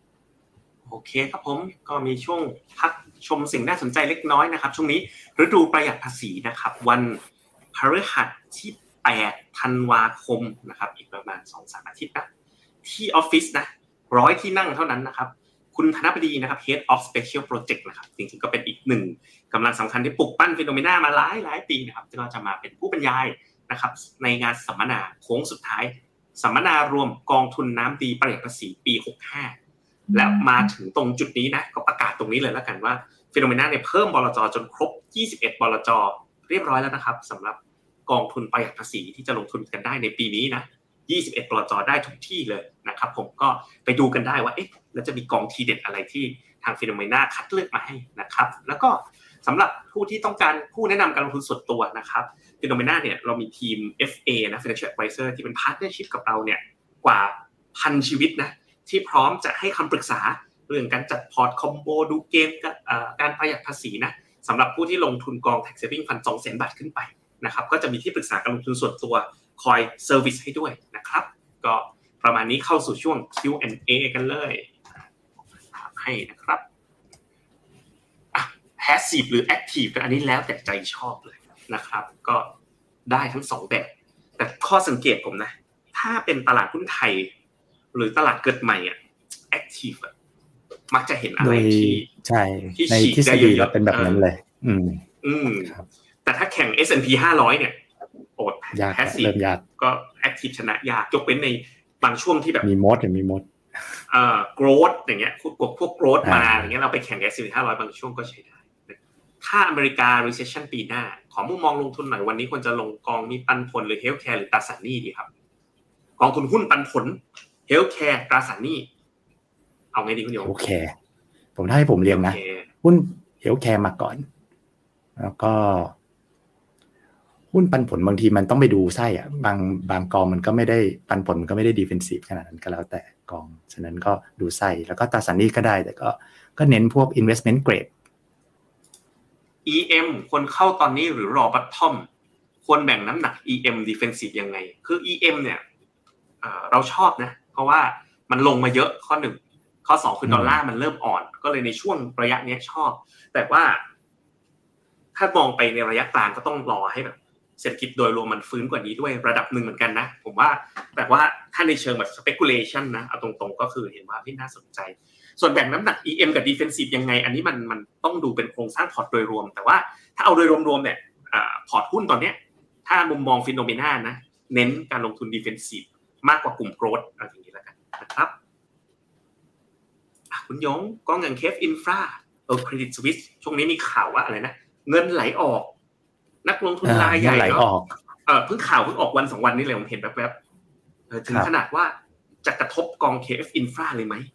โอเคครับผมก็มีช่วงพักชมสิ่งน่าสนใจเล็กน้อยนะครับช่วงนี้ฤดูประหยัดภาษีนะครับวันพฤหัสที่8ธันวาคมนะครับอีกประมาณ 2-3 อาทิตย์นะที่ออฟฟิศนะ100ที่นั่งเท่านั้นนะครับคุณธนบดีนะครับ Head of Special Project นะครับจริงๆก็เป็นอีกหนึ่งกำลังสำคัญที่ปลุกปั้น Phenomena มาหลายปีนะครับก็จะมาเป็นผู้บรรยายนะครับในงานสัมมนาโค้งสุดท้ายสัมมนารวมกองทุนน้ำดีประหยัดภาษีปี65และมาถึงตรงจุดนี้นะก็ประกาศตรงนี้เลยแล้วกันว่า Phenomena เนี่ยเพิ่มบลจ.จนครบ21บลจ.เรียบร้อยแล้วนะครับสำหรับกองทุนประหยัดภาษีที่จะลงทุนกันได้ในปีนี้นะ21บลจ.ได้ทุกที่เลยนะครับผมก็ไปดูกันได้ว่าเอ๊ะแล้วจะมีกองทีเด็ดอะไรที่ทาง Phenomena คัดเลือกมาให้นะครับแล้วก็สำหรับผู้ที่ต้องการผู้แนะนำการลงทุนส่วนตัวนะครับ Phenomena เนี่ยเรามีทีม FA นะ Financial Advisor ที่เป็น Partnership กับเราเนี่ยกว่า 1,000 ชีวิตนะที่พร้อมจะให้คำปรึกษาเรื่องการจัดพอร์ตคอมโบดูเกมการประหยัดภาษีนะสำหรับผู้ที่ลงทุนกอง Tax Saving Fund 200,000 บาทขึ้นไปนะครับก็จะมีที่ปรึกษาการลงทุนส่วนตัวคอยเซอร์วิสให้ด้วยนะครับก็ประมาณนี้เข้าสู่ช่วง Q&A กันเลยถามให้นะครับPassive หรือ Active อันนี้แล้วแต่ใจชอบเลยนะครับก็ได้ทั้ง2แบบแต่ข้อสังเกตผมนะถ้าเป็นตลาดหุ้นไทยหรือตลาดเกิดใหม่อ่ะ Active อ่ะมักจะเห็นอะไรที่ใช่ในทฤษฎีเราเป็นแบบนั้นเลยครับแต่ถ้าแข่ง S&P 500เนี่ยโอด Passive ก็ Active ชนะยากยกเว้นในบางช่วงที่แบบมีมด growth อย่างเงี้ยพวก growth มาอย่างเงี้ยเราไปแข่ง S&P 500บางช่วงก็ใช้ได้ถ้าอเมริกา recession ปีหน้าขอมุมมองลงทุนหน่อยวันนี้ควรจะลงกองมีปันผลหรือ healthcare หรือตราสารหนี้ดีครับกองทุนหุ้นปันผล healthcare ตราสารหนี้เอาไงดีคุณโยม healthcare ผมให้ผมเรียงนะหุ้น healthcare มาก่อนแล้วก็หุ้นปันผลบางทีมันต้องไปดูไส้อ่ะบางกองมันก็ไม่ได้ปันผลมันก็ไม่ได้ defensive ขนาดนั้นก็แล้วแต่กองฉะนั้นก็ดูไส้แล้วก็ตราสารหนี้ก็ได้แต่ก็เน้นพวก investment grade EM ควรเข้าตอนนี้หรือรอ bottom ควรแบ่งน้ำหนัก EM defensive ยังไงคือ EM เนี่ยเราชอบนะเพราะว่ามันลงมาเยอะข้อ1ข้อ2คือดอลลาร์มันเริ่มอ่อนก็เลยในช่วงระยะนี้ชอบแต่ว่าถ้ามองไปในระยะกลางก็ต้องรอให้แบบเศรษฐกิจโดยรวมมันฟื้นกว่านี้ด้วยระดับหนึ่งเหมือนกันนะผมว่าแต่ว่าถ้าในเชิงแบบ speculation นะเอาตรงๆก็คือเห็นว่าที่น่าสนใจส่วนแบ่งน้ำหนัก EM กับ defensive ยังไงอันนี้มันต้องดูเป็นโครงสร้างพอร์ตโดยรวมแต่ว่าถ้าเอาโดยรวมๆเนี่ยพอร์ตหุ้นตอนเนี้ยถ้ามุมมอง Phenomena นะเน้นการลงทุน defensive มากกว่ากลุ่ม growth อะไรอย่างนี้แล้วกันนะครับคุณยงก็เงิน KF Infra Credit Suisse ช่วงนี้มีข่าวว่าอะไรนะเงินไหลออกนักลงทุนรายใหญ่เนาะเพิ่งข่าวเพิ่งออกวัน2วันนี้เลยผมเห็นแวบๆถึงขนาดว่าจะกระทบกอง KF Infra เลยไหม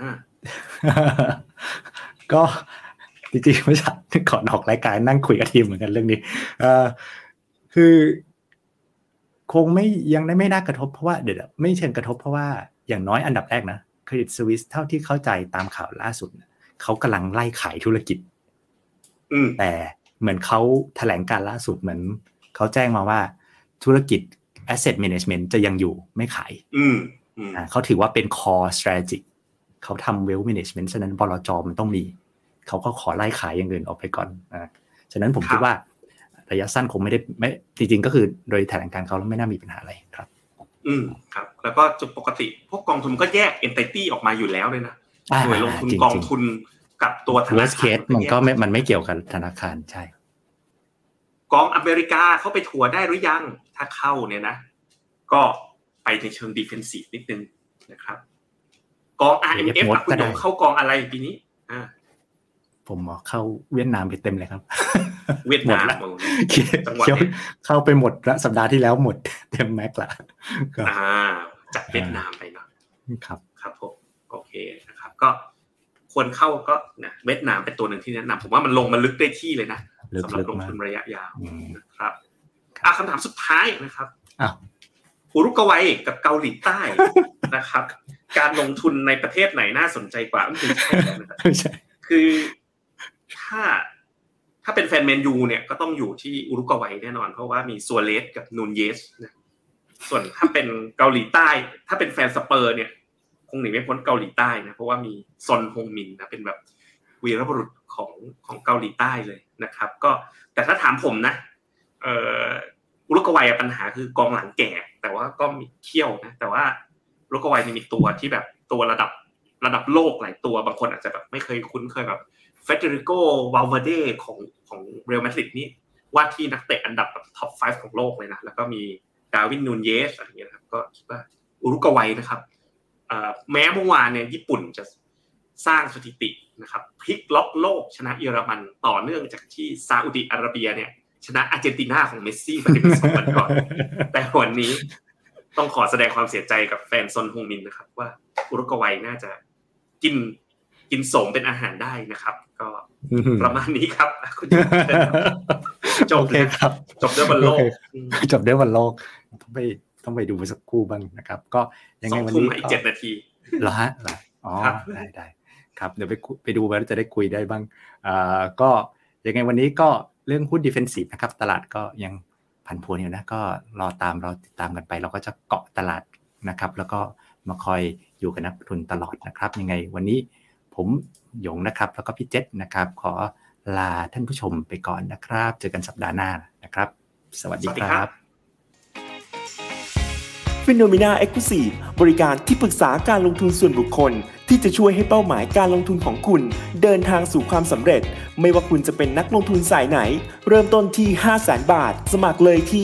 ก็จริงๆเมื่อเช้าก่อนออกรายการนั่งคุยกับทีมเหมือนกันเรื่องนี้คือคงยังไม่น่ากระทบเพราะว่าเดี๋ยวไม่เชิงกระทบเพราะว่าอย่างน้อยอันดับแรกนะ Credit Suisse เท่าที่เข้าใจตามข่าวล่าสุดเขากำลังไล่ขายธุรกิจแต่เหมือนเขาแถลงการล่าสุดเหมือนเขาแจ้งมาว่าธุรกิจ Asset Management จะยังอยู่ไม่ขายเขาถือว่าเป็น Core Strategyเขาทำ Wealth Management ฉะนั้นบลจ.มันต้องมีเขาก็ขอไล่ขายอย่างอื่นออกไปก่อนฉะนั้นผมคิดว่าระยะสั้นคงไม่จริงๆก็คือโดยแถลงการเขาแล้วไม่น่ามีปัญหาอะไรครับครับแล้วก็จุดปกติพวกกองทุนก็แยก entity ออกมาอยู่แล้วเลยนะหน่วยลงทุนกองทุนกับตัวธนาคารมันไม่เกี่ยวกับธนาคารใช่กองอเมริกาเข้าไปทัวร์ได้หรือยังถ้าเข้าเนี่ยนะก็ไปในเชิง defensive นิดนึงนะครับกอง RMF คุณยงเข้ากองอะไรปีนี้ผมเข้าเวียดนามไปเต็มเลยครับเวียดนามจังหวะเข้าไปหมดละสัปดาห์ที่แล้วหมดเต็มแม็กละจากเวียดนามไปเนาะครับครับผมโอเคนะครับก็ควรเข้าก็นะเวียดนามเป็นตัวหนึ่งที่แนะนำผมว่ามันลงมาลึกได้ที่เลยนะสำหรับลงทุนระยะยาวนะครับคำถามสุดท้ายนะครับอุรุกวัยกับเกาหลีใต้นะครับการลงทุนในประเทศไหนน่าสนใจกว่ามันใช่นะครับคือถ้าเป็นแฟนแมนยูเนี่ยก็ต้องอยู่ที่อุรุกวัยแน่นอนเพราะว่ามีซัวเรสกับนูนเยสนะส่วนถ้าเป็นเกาหลีใต้ถ้าเป็นแฟนสเปอร์เนี่ยคงหนีไม่พ้นเกาหลีใต้นะเพราะว่ามีซอนฮงมินนะเป็นแบบวีรบุรุษของเกาหลีใต้เลยนะครับก็แต่ถ้าถามผมนะอุรุกวัยปัญหาคือกองหลังแก่แต่ว่าก็มีเขี้ยวนะแต่ว่าอุรุกวัยมีตัวที่แบบตัวระดับโลกหลายตัวบางคนอาจจะแบบไม่เคยคุ้นเคยแบบเฟเดริโกวาลเวเดของเรอัลมาดริดนี่ว่าที่นักเตะอันดับแบบท็อป5ของโลกเลยนะแล้วก็มีดาร์วินนูนเยสอะไรเงี้ยครับก็คิดว่าอุรุกวัยนะครับแม้เมื่อวานเนี่ยญี่ปุ่นจะสร้างสถิตินะครับพลิกล็อกโลกชนะเยอรมันต่อเนื่องจากที่ซาอุดิอาระเบียเนี่ยชนะอาร์เจนตินาของเมสซี่ไปในปี2 วันก่อนแต่วันนี้ต้องขอแสดงความเสียใจกับแฟนซอนฮงมินนะครับว่าอุรุกวัยน่าจะกินโสมเป็นอาหารได้นะครับก็ประมาณนี้ครับคุณจบเลยครับจบด้วยบอลโลกจบด้วยบอลโลกต้องไปดูสักคู่บ้างนะครับก็ยังไงวันนี้อีก7 นาทีเหรอฮะอ๋อได้ครับเดี๋ยวไปดูแล้วจะได้คุยได้บ้างก็ยังไงวันนี้ก็เรื่องหุ้น defensive นะครับตลาดก็ยังผันผวนอยู่นะก็รอติดตามกันไปเราก็จะเกาะตลาดนะครับแล้วก็มาคอยอยู่กับนักลงทุนตลอดนะครับยังไงวันนี้ผมหยงนะครับแล้วก็พี่เจษนะครับขอลาท่านผู้ชมไปก่อนนะครับเจอกันสัปดาห์หน้านะครับสวัสดีครับ Phenomena Exclusive บริการที่ปรึกษาการลงทุนส่วนบุคคลที่จะช่วยให้เป้าหมายการลงทุนของคุณเดินทางสู่ความสำเร็จไม่ว่าคุณจะเป็นนักลงทุนสายไหนเริ่มต้นที่ 500,000 บาทสมัครเลยที่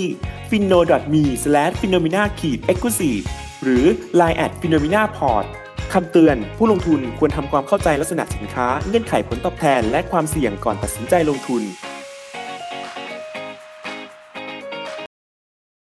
finno.me/phenomena-exclusive หรือ Line @phenomena-port คำเตือนผู้ลงทุนควรทำความเข้าใจลักษณะสินค้าเงื่อนไขผลตอบแทนและความเสี่ยงก่อนตัดสินใจลงทุน